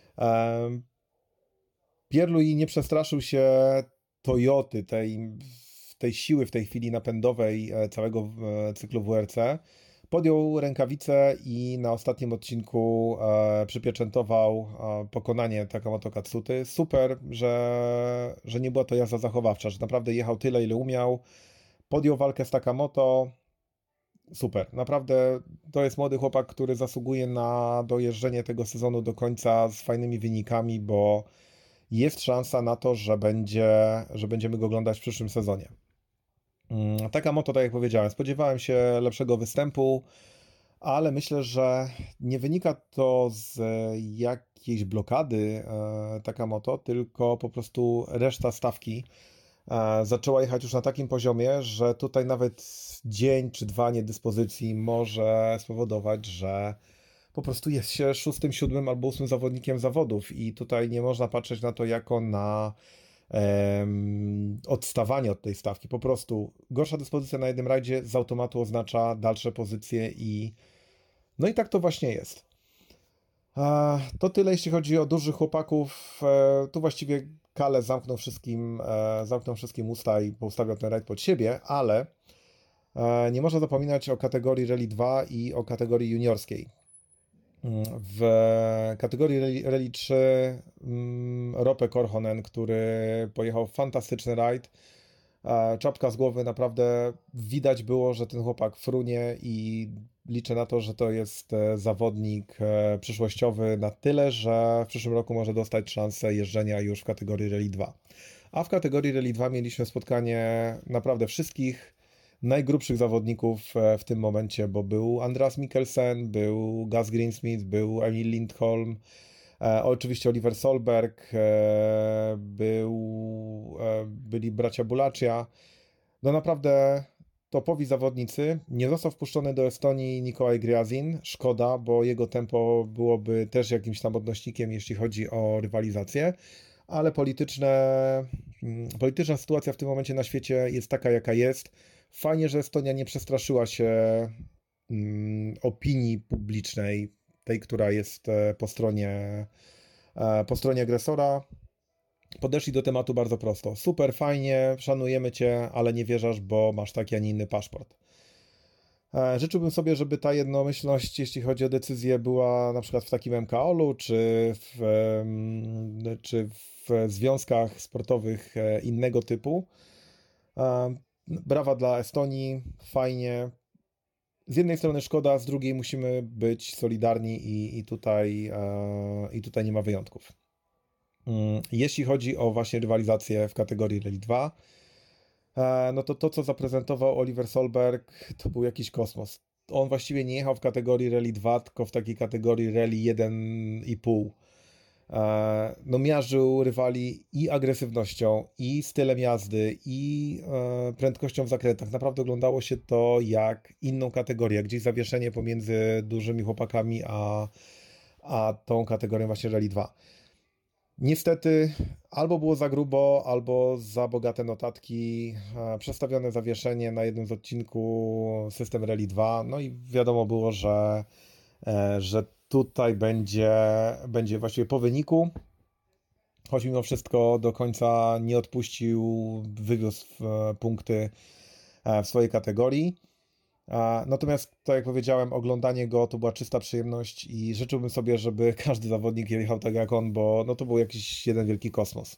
E, Pierre-Louis nie przestraszył się Toyoty, tej, tej siły w tej chwili napędowej e, całego e, cyklu W R C. Podjął rękawice i na ostatnim odcinku e, przypieczętował e, pokonanie Takamoto Katsuty. Super, że, że nie była to jazda zachowawcza, że naprawdę jechał tyle, ile umiał. Podjął walkę z Takamoto. Super, naprawdę to jest młody chłopak, który zasługuje na dojeżdżenie tego sezonu do końca z fajnymi wynikami, bo jest szansa na to, że będzie, że będziemy go oglądać w przyszłym sezonie. Mm, Takamoto, tak jak powiedziałem, spodziewałem się lepszego występu, ale myślę, że nie wynika to z jakiejś blokady e, Takamoto, tylko po prostu reszta stawki e, zaczęła jechać już na takim poziomie, że tutaj nawet dzień czy dwa niedyspozycji może spowodować, że po prostu jest się szóstym, siódmym albo ósmym zawodnikiem zawodów i tutaj nie można patrzeć na to jako na em, odstawanie od tej stawki. Po prostu gorsza dyspozycja na jednym rajdzie z automatu oznacza dalsze pozycje i no i tak to właśnie jest. A, to tyle, jeśli chodzi o dużych chłopaków. E, tu właściwie Kale zamknął wszystkim, e, zamknął wszystkim usta i poustawiał ten rajd pod siebie, ale e, nie można zapominać o kategorii Rally dwa i o kategorii juniorskiej. W kategorii Rally, Rally trzy mm, Rope Korhonen, który pojechał fantastyczny rajd. E, Czapka z głowy, naprawdę widać było, że ten chłopak frunie i liczę na to, że to jest e, zawodnik e, przyszłościowy na tyle, że w przyszłym roku może dostać szansę jeżdżenia już w kategorii Rally dwa. A w kategorii Rally dwa mieliśmy spotkanie naprawdę wszystkich najgrubszych zawodników e, w tym momencie, bo był Andreas Mikkelsen, był Gus Greensmith, był Emil Lindholm, e, oczywiście Oliver Solberg, e, był, e, byli bracia Bulacia. No naprawdę topowi zawodnicy. Nie został wpuszczony do Estonii Nikolaj Gryazin. Szkoda, bo jego tempo byłoby też jakimś tam odnośnikiem, jeśli chodzi o rywalizację, ale polityczne, mm, polityczna sytuacja w tym momencie na świecie jest taka, jaka jest. Fajnie, że Estonia nie przestraszyła się mm, opinii publicznej, tej, która jest e, po stronie, e, po stronie agresora. podeszli do tematu bardzo prosto. Super, fajnie, szanujemy Cię, ale nie wierzasz, bo masz taki, a nie inny paszport. Życzyłbym sobie, żeby ta jednomyślność, jeśli chodzi o decyzję, była na przykład w takim M K O L-u, czy w, czy w związkach sportowych innego typu. Brawa dla Estonii, fajnie. Z jednej strony szkoda, z drugiej musimy być solidarni i, i, tutaj, i tutaj nie ma wyjątków. Jeśli chodzi o właśnie rywalizację w kategorii Rally dwa, no to to, co zaprezentował Oliver Solberg, to był jakiś kosmos. On właściwie nie jechał w kategorii Rally dwa, tylko w takiej kategorii Rally jeden i pół. No miażył rywali i agresywnością, i stylem jazdy, i prędkością w zakrętach. Naprawdę oglądało się to jak inną kategorię, gdzieś zawieszenie pomiędzy dużymi chłopakami a, a tą kategorią właśnie Rally dwa. Niestety albo było za grubo, albo za bogate notatki, przestawione zawieszenie na jednym z odcinków system Rally dwa, no i wiadomo było, że, że tutaj będzie, będzie właściwie po wyniku, choć mimo wszystko do końca nie odpuścił, wywiózł punkty w swojej kategorii. Natomiast, tak jak powiedziałem, oglądanie go to była czysta przyjemność i życzyłbym sobie, żeby każdy zawodnik jechał tak jak on, bo no to był jakiś jeden wielki kosmos.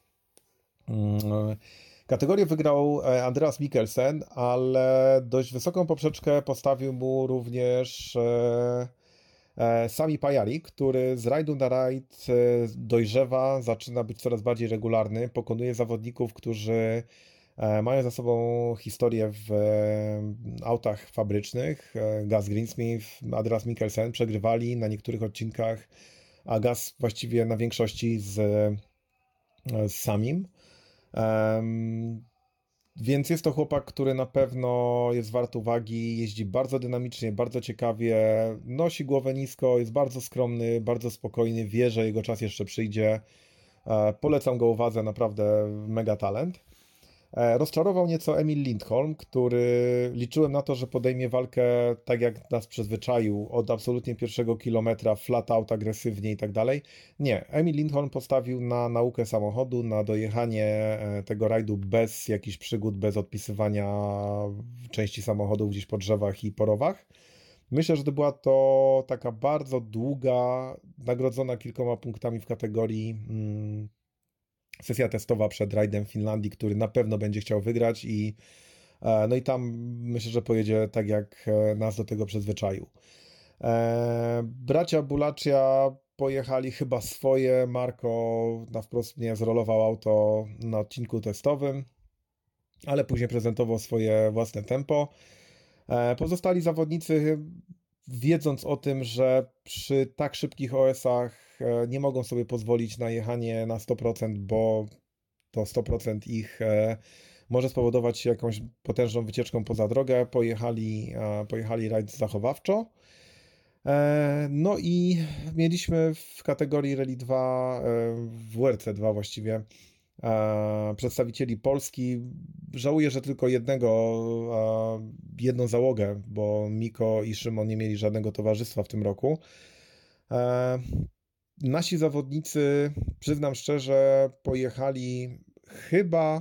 Kategorię wygrał Andreas Mikkelsen, ale dość wysoką poprzeczkę postawił mu również Sami Pajari, który z rajdu na rajd dojrzewa, zaczyna być coraz bardziej regularny, pokonuje zawodników, którzy mają za sobą historię w autach fabrycznych. Gus Greensmith, Andreas Mikkelsen przegrywali na niektórych odcinkach, a Gus właściwie na większości z, z Samim. Um, więc jest to chłopak, który na pewno jest wart uwagi, jeździ bardzo dynamicznie, bardzo ciekawie, nosi głowę nisko, jest bardzo skromny, bardzo spokojny, wie, że jego czas jeszcze przyjdzie. Polecam go uwadze, naprawdę mega talent. Rozczarował nieco Emil Lindholm, który liczyłem na to, że podejmie walkę tak jak nas przyzwyczaił, od absolutnie pierwszego kilometra, flat out, agresywnie i tak dalej. Nie, Emil Lindholm postawił na naukę samochodu, na dojechanie tego rajdu bez jakichś przygód, bez odpisywania części samochodu gdzieś po drzewach i po rowach. Myślę, że to była to taka bardzo długa, nagrodzona kilkoma punktami w kategorii hmm, sesja testowa przed rajdem w Finlandii, który na pewno będzie chciał wygrać i no i tam myślę, że pojedzie tak jak nas do tego przyzwyczaił. Bracia Bulaccia pojechali chyba swoje, Marko na wprost nie zrolował auto na odcinku testowym, ale później prezentował swoje własne tempo. Pozostali zawodnicy, wiedząc o tym, że przy tak szybkich O S-ach nie mogą sobie pozwolić na jechanie na sto procent, bo to sto procent ich może spowodować jakąś potężną wycieczką poza drogę, pojechali, pojechali rajd zachowawczo. No i mieliśmy w kategorii Rally dwa, w W R C dwa właściwie, przedstawicieli Polski. Żałuję, że tylko jednego, jedną załogę, bo Miko i Szymon nie mieli żadnego towarzystwa w tym roku. Nasi zawodnicy, przyznam szczerze, pojechali chyba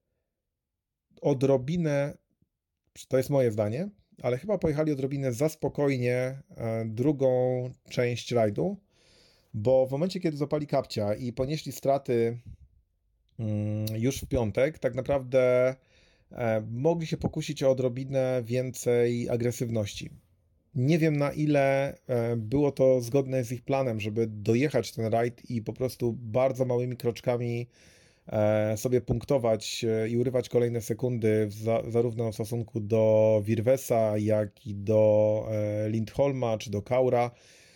odrobinę, to jest moje zdanie, ale chyba pojechali odrobinę za spokojnie drugą część rajdu, bo w momencie, kiedy złapali kapcia i ponieśli straty już w piątek, tak naprawdę mogli się pokusić o odrobinę więcej agresywności. Nie wiem, na ile było to zgodne z ich planem, żeby dojechać ten rajd i po prostu bardzo małymi kroczkami sobie punktować i urywać kolejne sekundy zarówno w stosunku do Virvesa, jak i do Lindholma czy do Kaura.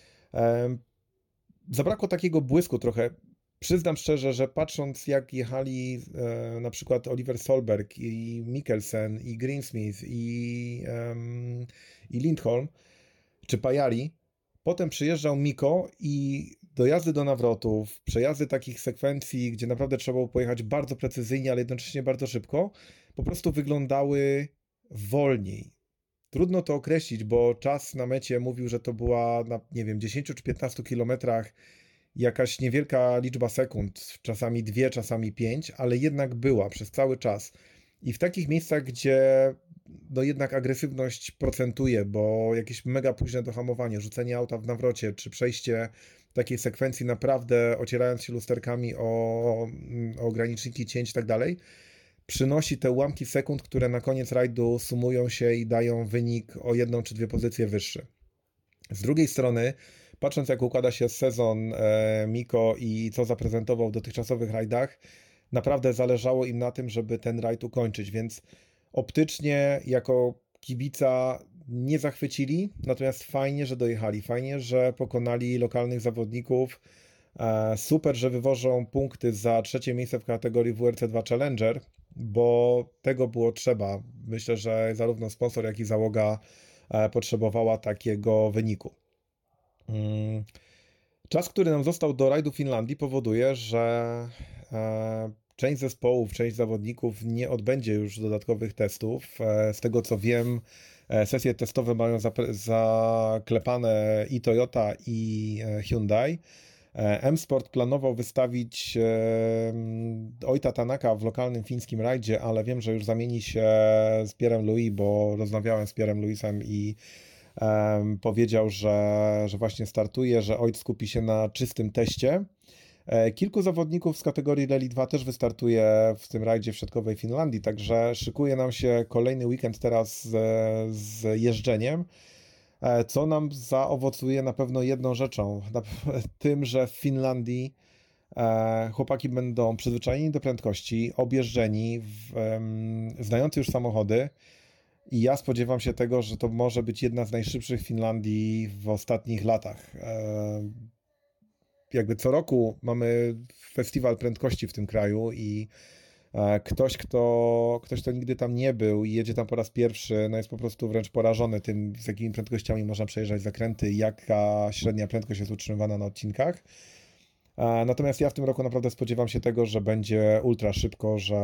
Zabrakło takiego błysku trochę. Przyznam szczerze, że patrząc jak jechali e, na przykład Oliver Solberg i Mikkelsen i Greensmith i, um, i Lindholm czy Pajari, potem przyjeżdżał Miko i dojazdy do nawrotów, przejazdy takich sekwencji, gdzie naprawdę trzeba było pojechać bardzo precyzyjnie, ale jednocześnie bardzo szybko, po prostu wyglądały wolniej. Trudno to określić, bo czas na mecie mówił, że to była na, nie wiem, dziesięciu czy piętnastu kilometrach jakaś niewielka liczba sekund, czasami dwie, czasami pięć, ale jednak była przez cały czas. I w takich miejscach, gdzie no jednak agresywność procentuje, bo jakieś mega późne dohamowanie, rzucenie auta w nawrocie, czy przejście takiej sekwencji naprawdę ocierając się lusterkami o, o ograniczniki cięć i tak dalej, przynosi te ułamki sekund, które na koniec rajdu sumują się i dają wynik o jedną czy dwie pozycje wyższy. Z drugiej strony, patrząc jak układa się sezon e, Miko i co zaprezentował w dotychczasowych rajdach, naprawdę zależało im na tym, żeby ten rajd ukończyć, więc optycznie jako kibica nie zachwycili, natomiast fajnie, że dojechali, fajnie, że pokonali lokalnych zawodników, e, super, że wywożą punkty za trzecie miejsce w kategorii W R C dwa Challenger, bo tego było trzeba. Myślę, że zarówno sponsor, jak i załoga e, potrzebowała takiego wyniku. Mm. Czas, który nam został do rajdu Finlandii, powoduje, że e, część zespołów, część zawodników nie odbędzie już dodatkowych testów. E, z tego co wiem, e, sesje testowe mają zapre- zaklepane i Toyota, i e, Hyundai. E, M-Sport planował wystawić e, Ojta Tanaka w lokalnym fińskim rajdzie, ale wiem, że już zamieni się z Pierrem Louis, bo rozmawiałem z Pierrem Louisem i Um, powiedział, że, że właśnie startuje, że Ojt skupi się na czystym teście. E, kilku zawodników z kategorii Rally dwa też wystartuje w tym rajdzie w środkowej Finlandii, także szykuje nam się kolejny weekend teraz z, z jeżdżeniem, e, co nam zaowocuje na pewno jedną rzeczą, na, tym, że w Finlandii e, chłopaki będą przyzwyczajeni do prędkości, objeżdżeni, w, um, znający już samochody. I ja spodziewam się tego, że to może być jedna z najszybszych Finlandii w ostatnich latach. E, jakby co roku mamy festiwal prędkości w tym kraju i e, ktoś, kto, ktoś, kto nigdy tam nie był i jedzie tam po raz pierwszy, no jest po prostu wręcz porażony tym, z jakimi prędkościami można przejeżdżać zakręty, jaka średnia prędkość jest utrzymywana na odcinkach. E, natomiast ja w tym roku naprawdę spodziewam się tego, że będzie ultra szybko, że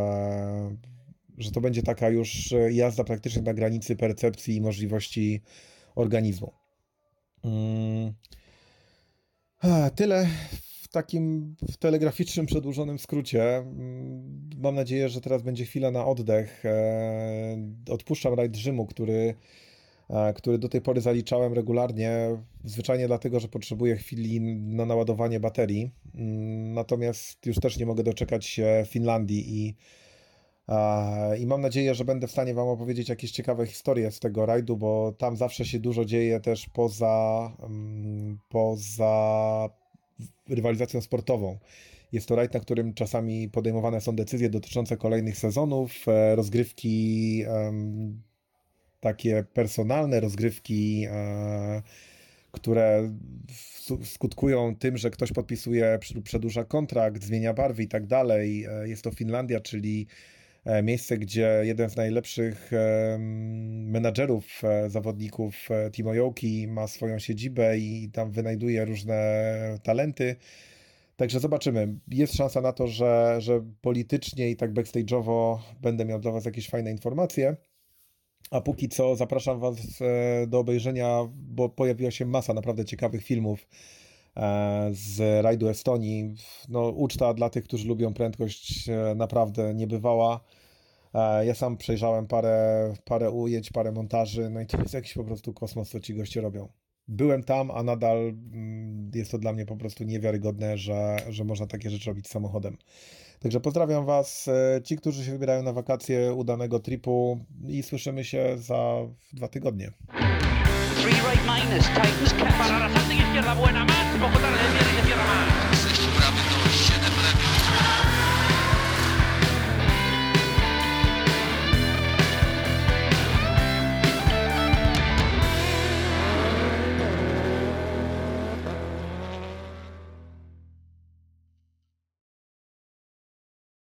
że to będzie taka już jazda praktycznie na granicy percepcji i możliwości organizmu. Hmm. Tyle w takim w telegraficznym, przedłużonym skrócie. Mam nadzieję, że teraz będzie chwila na oddech. Odpuszczam rajd Rzymu, który, który do tej pory zaliczałem regularnie, zwyczajnie dlatego, że potrzebuję chwili na naładowanie baterii. Natomiast już też nie mogę doczekać się Finlandii i I mam nadzieję, że będę w stanie Wam opowiedzieć jakieś ciekawe historie z tego rajdu, bo tam zawsze się dużo dzieje też poza, poza rywalizacją sportową. Jest to rajd, na którym czasami podejmowane są decyzje dotyczące kolejnych sezonów, rozgrywki takie personalne, rozgrywki, które skutkują tym, że ktoś podpisuje, przedłuża kontrakt, zmienia barwy i tak dalej. Jest to Finlandia, czyli miejsce, gdzie jeden z najlepszych menadżerów zawodników, Timo Jouki, ma swoją siedzibę i tam wynajduje różne talenty. Także zobaczymy. Jest szansa na to, że, że politycznie i tak backstage'owo będę miał dla Was jakieś fajne informacje. A póki co zapraszam Was do obejrzenia, bo pojawiła się masa naprawdę ciekawych filmów z rajdu Estonii. No, uczta dla tych, którzy lubią prędkość, naprawdę niebywała. Ja sam przejrzałem parę, parę ujęć, parę montaży, no i to jest jakiś po prostu kosmos, co ci goście robią. Byłem tam, a nadal jest to dla mnie po prostu niewiarygodne, że, że można takie rzeczy robić samochodem. Także pozdrawiam Was, ci, którzy się wybierają na wakacje, udanego tripu i słyszymy się za dwa tygodnie. Three right minus, Titans catch. Para la izquierda, buena más, poco tarde.